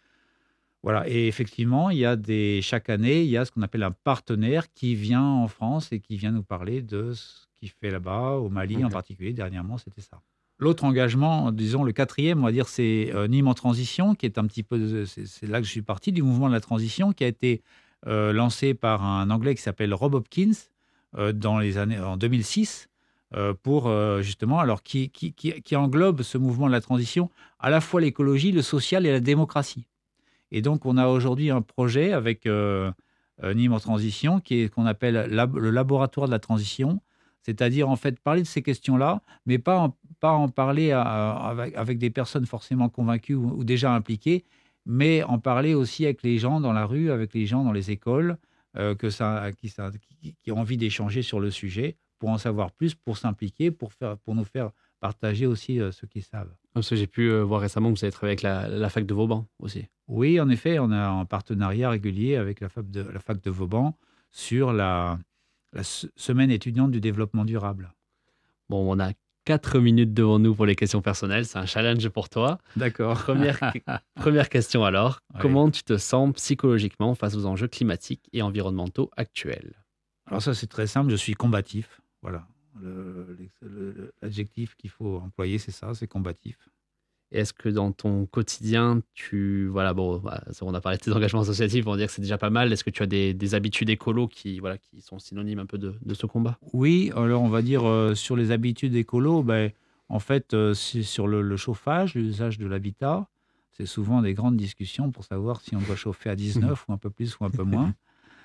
Voilà, et effectivement, il y a des, chaque année, il y a ce qu'on appelle un partenaire qui vient en France et qui vient nous parler de ce qu'il fait là-bas, au Mali okay. en particulier. Dernièrement, c'était ça. L'autre engagement, disons le quatrième, on va dire, c'est euh, Nîmes en transition, qui est un petit peu, c'est, c'est là que je suis parti, du mouvement de la transition, qui a été euh, lancé par un Anglais qui s'appelle Rob Hopkins euh, dans les années, en deux mille six, euh, pour euh, justement, alors qui, qui, qui, qui englobe ce mouvement de la transition, à la fois l'écologie, le social et la démocratie. Et donc, on a aujourd'hui un projet avec euh, euh, Nîmes en transition, qui est, qu'on appelle lab, le laboratoire de la transition, c'est-à-dire en fait parler de ces questions-là, mais pas en, pas en parler à, à, avec, avec des personnes forcément convaincues ou, ou déjà impliquées, mais en parler aussi avec les gens dans la rue, avec les gens dans les écoles, euh, que ça, qui, ça, qui, qui ont envie d'échanger sur le sujet, pour en savoir plus, pour s'impliquer, pour, faire, pour nous faire partager aussi euh, ce qu'ils savent. Parce que j'ai pu euh, voir récemment que vous avez travaillé avec la, la fac de Vauban aussi. Oui, en effet, on a un partenariat régulier avec la fac de, la fac de Vauban sur la, la semaine étudiante du développement durable. Bon, on a quatre minutes devant nous pour les questions personnelles. C'est un challenge pour toi. D'accord. Première, première question alors. Oui. Comment tu te sens psychologiquement face aux enjeux climatiques et environnementaux actuels ? Alors ça, c'est très simple. Je suis combatif. Voilà. Le, le, l'adjectif qu'il faut employer, c'est ça, c'est combatif. Est-ce que dans ton quotidien, tu... Voilà, bon, bah, on a parlé de tes engagements associatifs, on va dire que c'est déjà pas mal. Est-ce que tu as des, des habitudes écolo qui, voilà, qui sont synonymes un peu de, de ce combat ? Oui, alors on va dire euh, sur les habitudes écolo, ben, en fait, euh, c'est sur le, le chauffage, l'usage de l'habitat. C'est souvent des grandes discussions pour savoir si on doit chauffer à dix-neuf ou un peu plus ou un peu moins.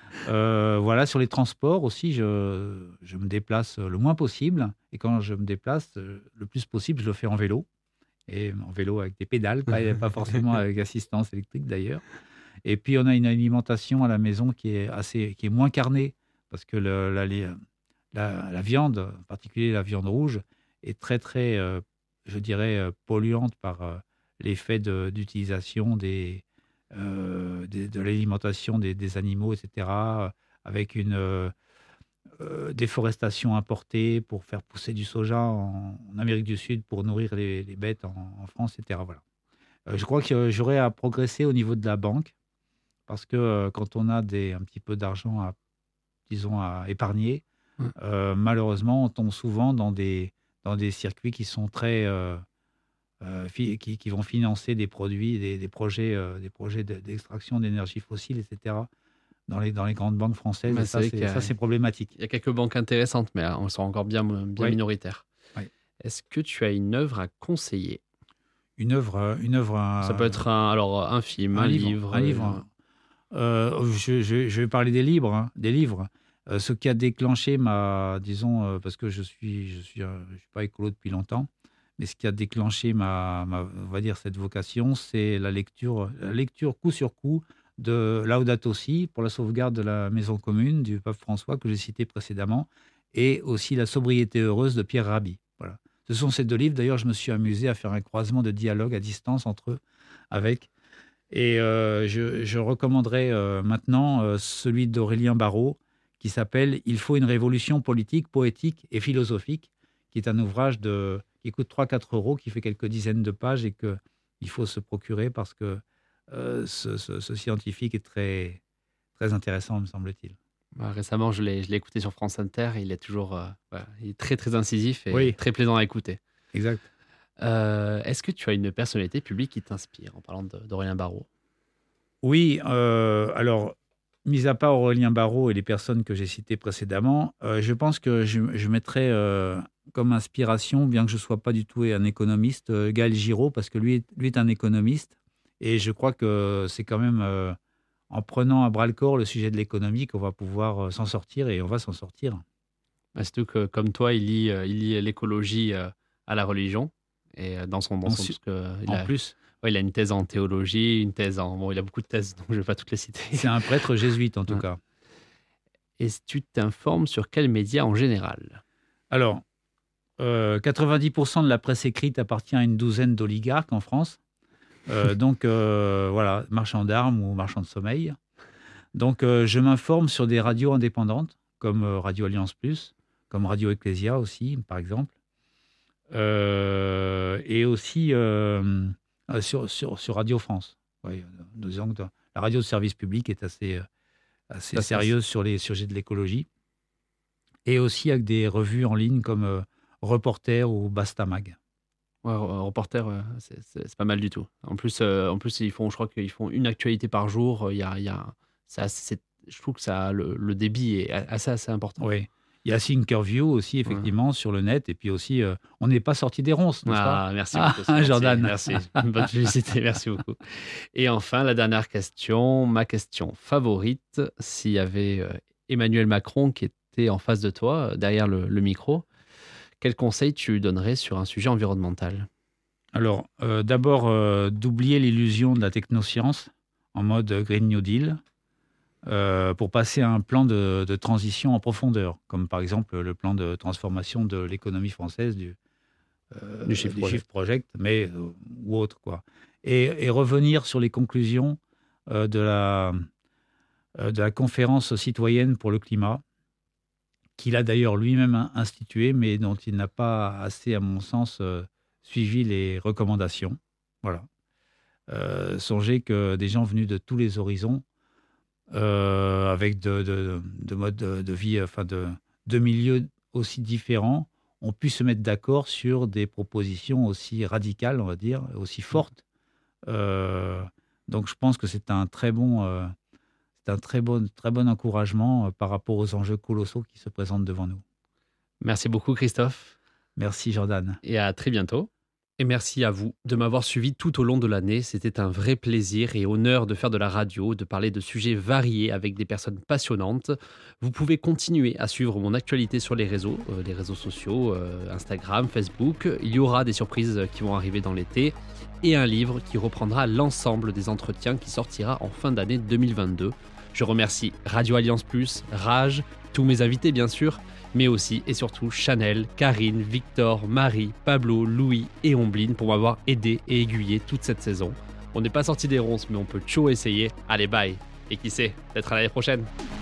Euh, voilà, sur les transports aussi, je, je me déplace le moins possible. Et quand je me déplace, le plus possible, je le fais en vélo. Et en vélo avec des pédales, pas, pas forcément avec assistance électrique d'ailleurs. Et puis on a une alimentation à la maison qui est assez, qui est moins carnée parce que le, la, la, la viande, en particulier la viande rouge, est très très, euh, je dirais, polluante par euh, l'effet de, d'utilisation des, euh, des, de l'alimentation des, des animaux, et cetera. Avec une euh, Euh, déforestation importée pour faire pousser du soja en, en Amérique du Sud pour nourrir les, les bêtes en, en France, et cetera. Voilà. Euh, je crois que j'aurais à progresser au niveau de la banque parce que euh, quand on a des, un petit peu d'argent à, disons, à épargner, mmh. euh, malheureusement, on tombe souvent dans des, dans des circuits qui sont très... Euh, euh, fi, qui, qui vont financer des produits, des, des projets, euh, des projets d'extraction d'énergie fossile, et cetera, Dans les, dans les grandes banques françaises. Mais ça, c'est, ça, c'est problématique. Il y a quelques banques intéressantes, mais elles sont encore bien, bien oui. minoritaires. Oui. Est-ce que tu as une œuvre à conseiller ? Une œuvre, une œuvre. Ça peut être un, alors, un film, un, un livre. livre un livre. Euh, je, je, je vais parler des livres. Hein, des livres. Euh, ce qui a déclenché ma, disons, euh, parce que je suis, je suis, euh, je suis pas écolo depuis longtemps, mais ce qui a déclenché ma, ma, on va dire cette vocation, c'est la lecture, la lecture coup sur coup de Laudato Si pour la sauvegarde de la maison commune du pape François que j'ai cité précédemment, et aussi La sobriété heureuse de Pierre Rabhi. Voilà. Ce sont ces deux livres. D'ailleurs, je me suis amusé à faire un croisement de dialogue à distance entre eux, avec. Et euh, je, je recommanderais euh, maintenant euh, celui d'Aurélien Barraud qui s'appelle « Il faut une révolution politique, poétique et philosophique », qui est un ouvrage de, qui coûte trois à quatre euros, qui fait quelques dizaines de pages et qu'il faut se procurer parce que Euh, ce, ce, ce scientifique est très, très intéressant, me semble-t-il. Bah, récemment, je l'ai, je l'ai écouté sur France Inter. Il est toujours euh, voilà, il est très, très incisif et oui. très plaisant à écouter. Exact. Euh, est-ce que tu as une personnalité publique qui t'inspire, en parlant de, d'Aurélien Barraud ? Oui, euh, alors, mis à part Aurélien Barraud et les personnes que j'ai citées précédemment, euh, je pense que je, je mettrais euh, comme inspiration, bien que je ne sois pas du tout un économiste, euh, Gaël Giraud, parce que lui, lui est un économiste. Et je crois que c'est quand même euh, en prenant à bras-le-corps le sujet de l'économie qu'on va pouvoir euh, s'en sortir, et on va s'en sortir. Surtout que, comme toi, il lie, euh, il lie l'écologie euh, à la religion. Et euh, dans son, dans En son su- parce que il En a, plus, ouais, il a une thèse en théologie, une thèse en. Bon, il a beaucoup de thèses, donc je ne vais pas toutes les citer. c'est un prêtre jésuite en tout Ouais. cas. Et tu t'informes sur quels médias en général? Alors, euh, quatre-vingt-dix pour cent de la presse écrite appartient à une douzaine d'oligarques en France. Euh, donc, euh, voilà, marchands d'armes ou marchands de sommeil. Donc, euh, je m'informe sur des radios indépendantes, comme euh, Radio Alliance Plus, comme Radio Ecclesia aussi, par exemple. Euh, et aussi euh, euh, sur, sur, sur Radio France. Oui, nous disons que la radio de service public est assez, euh, assez Ça, ça, sérieuse sur les sujets de l'écologie. Et aussi avec des revues en ligne comme euh, Reporter ou Basta Mag. Ouais, re- reporter, ouais, c'est, c'est- c'est pas mal du tout. En plus, euh, en plus, ils font, je crois qu'ils font une actualité par jour. Il y a, il y a, ça, c'est, je trouve que ça, le, le débit est assez, assez important. Oui. Il y a Thinkerview aussi, effectivement, sur le net. Et puis aussi, euh, on n'est pas sorti des ronces, n'est-ce pas? Ah, merci Ah, beaucoup. c'est gentil. Jordan. Merci. Une bonne publicité. Merci beaucoup. Et enfin, la dernière question, ma question favorite. S'il y avait euh, Emmanuel Macron qui était en face de toi, euh, derrière le, le micro, quel conseil tu donnerais sur un sujet environnemental? Alors, euh, d'abord, euh, d'oublier l'illusion de la technoscience en mode Green New Deal euh, pour passer à un plan de, de transition en profondeur, comme par exemple le plan de transformation de l'économie française du, euh, Du Shift Project. Shift Project, mais, euh, ou autre, quoi. Et, et revenir sur les conclusions euh, de, la, euh, de la conférence citoyenne pour le climat, qu'il a d'ailleurs lui-même instituée, mais dont il n'a pas assez, à mon sens, euh, suivi les recommandations. Voilà. Euh, songez que des gens venus de tous les horizons, euh, avec de, de, de modes de, de vie, enfin de, de milieux aussi différents, ont pu se mettre d'accord sur des propositions aussi radicales, on va dire, aussi fortes. Euh, donc je pense que c'est un très bon, euh, c'est un très bon, très bon encouragement euh, par rapport aux enjeux colossaux qui se présentent devant nous. Merci beaucoup, Christophe. Merci Jordan. Et à très bientôt. Et merci à vous de m'avoir suivi tout au long de l'année. C'était un vrai plaisir et honneur de faire de la radio, de parler de sujets variés avec des personnes passionnantes. Vous pouvez continuer à suivre mon actualité sur les réseaux, euh, les réseaux sociaux, euh, Instagram, Facebook. Il y aura des surprises qui vont arriver dans l'été et un livre qui reprendra l'ensemble des entretiens qui sortira en fin d'année deux mille vingt-deux. Je remercie Radio Alliance Plus, Rage, tous mes invités bien sûr, mais aussi et surtout Chanel, Karine, Victor, Marie, Pablo, Louis et Ombline pour m'avoir aidé et aiguillé toute cette saison. On n'est pas sorti des ronces, mais on peut toujours essayer. Allez, bye. Et qui sait, peut-être à l'année prochaine.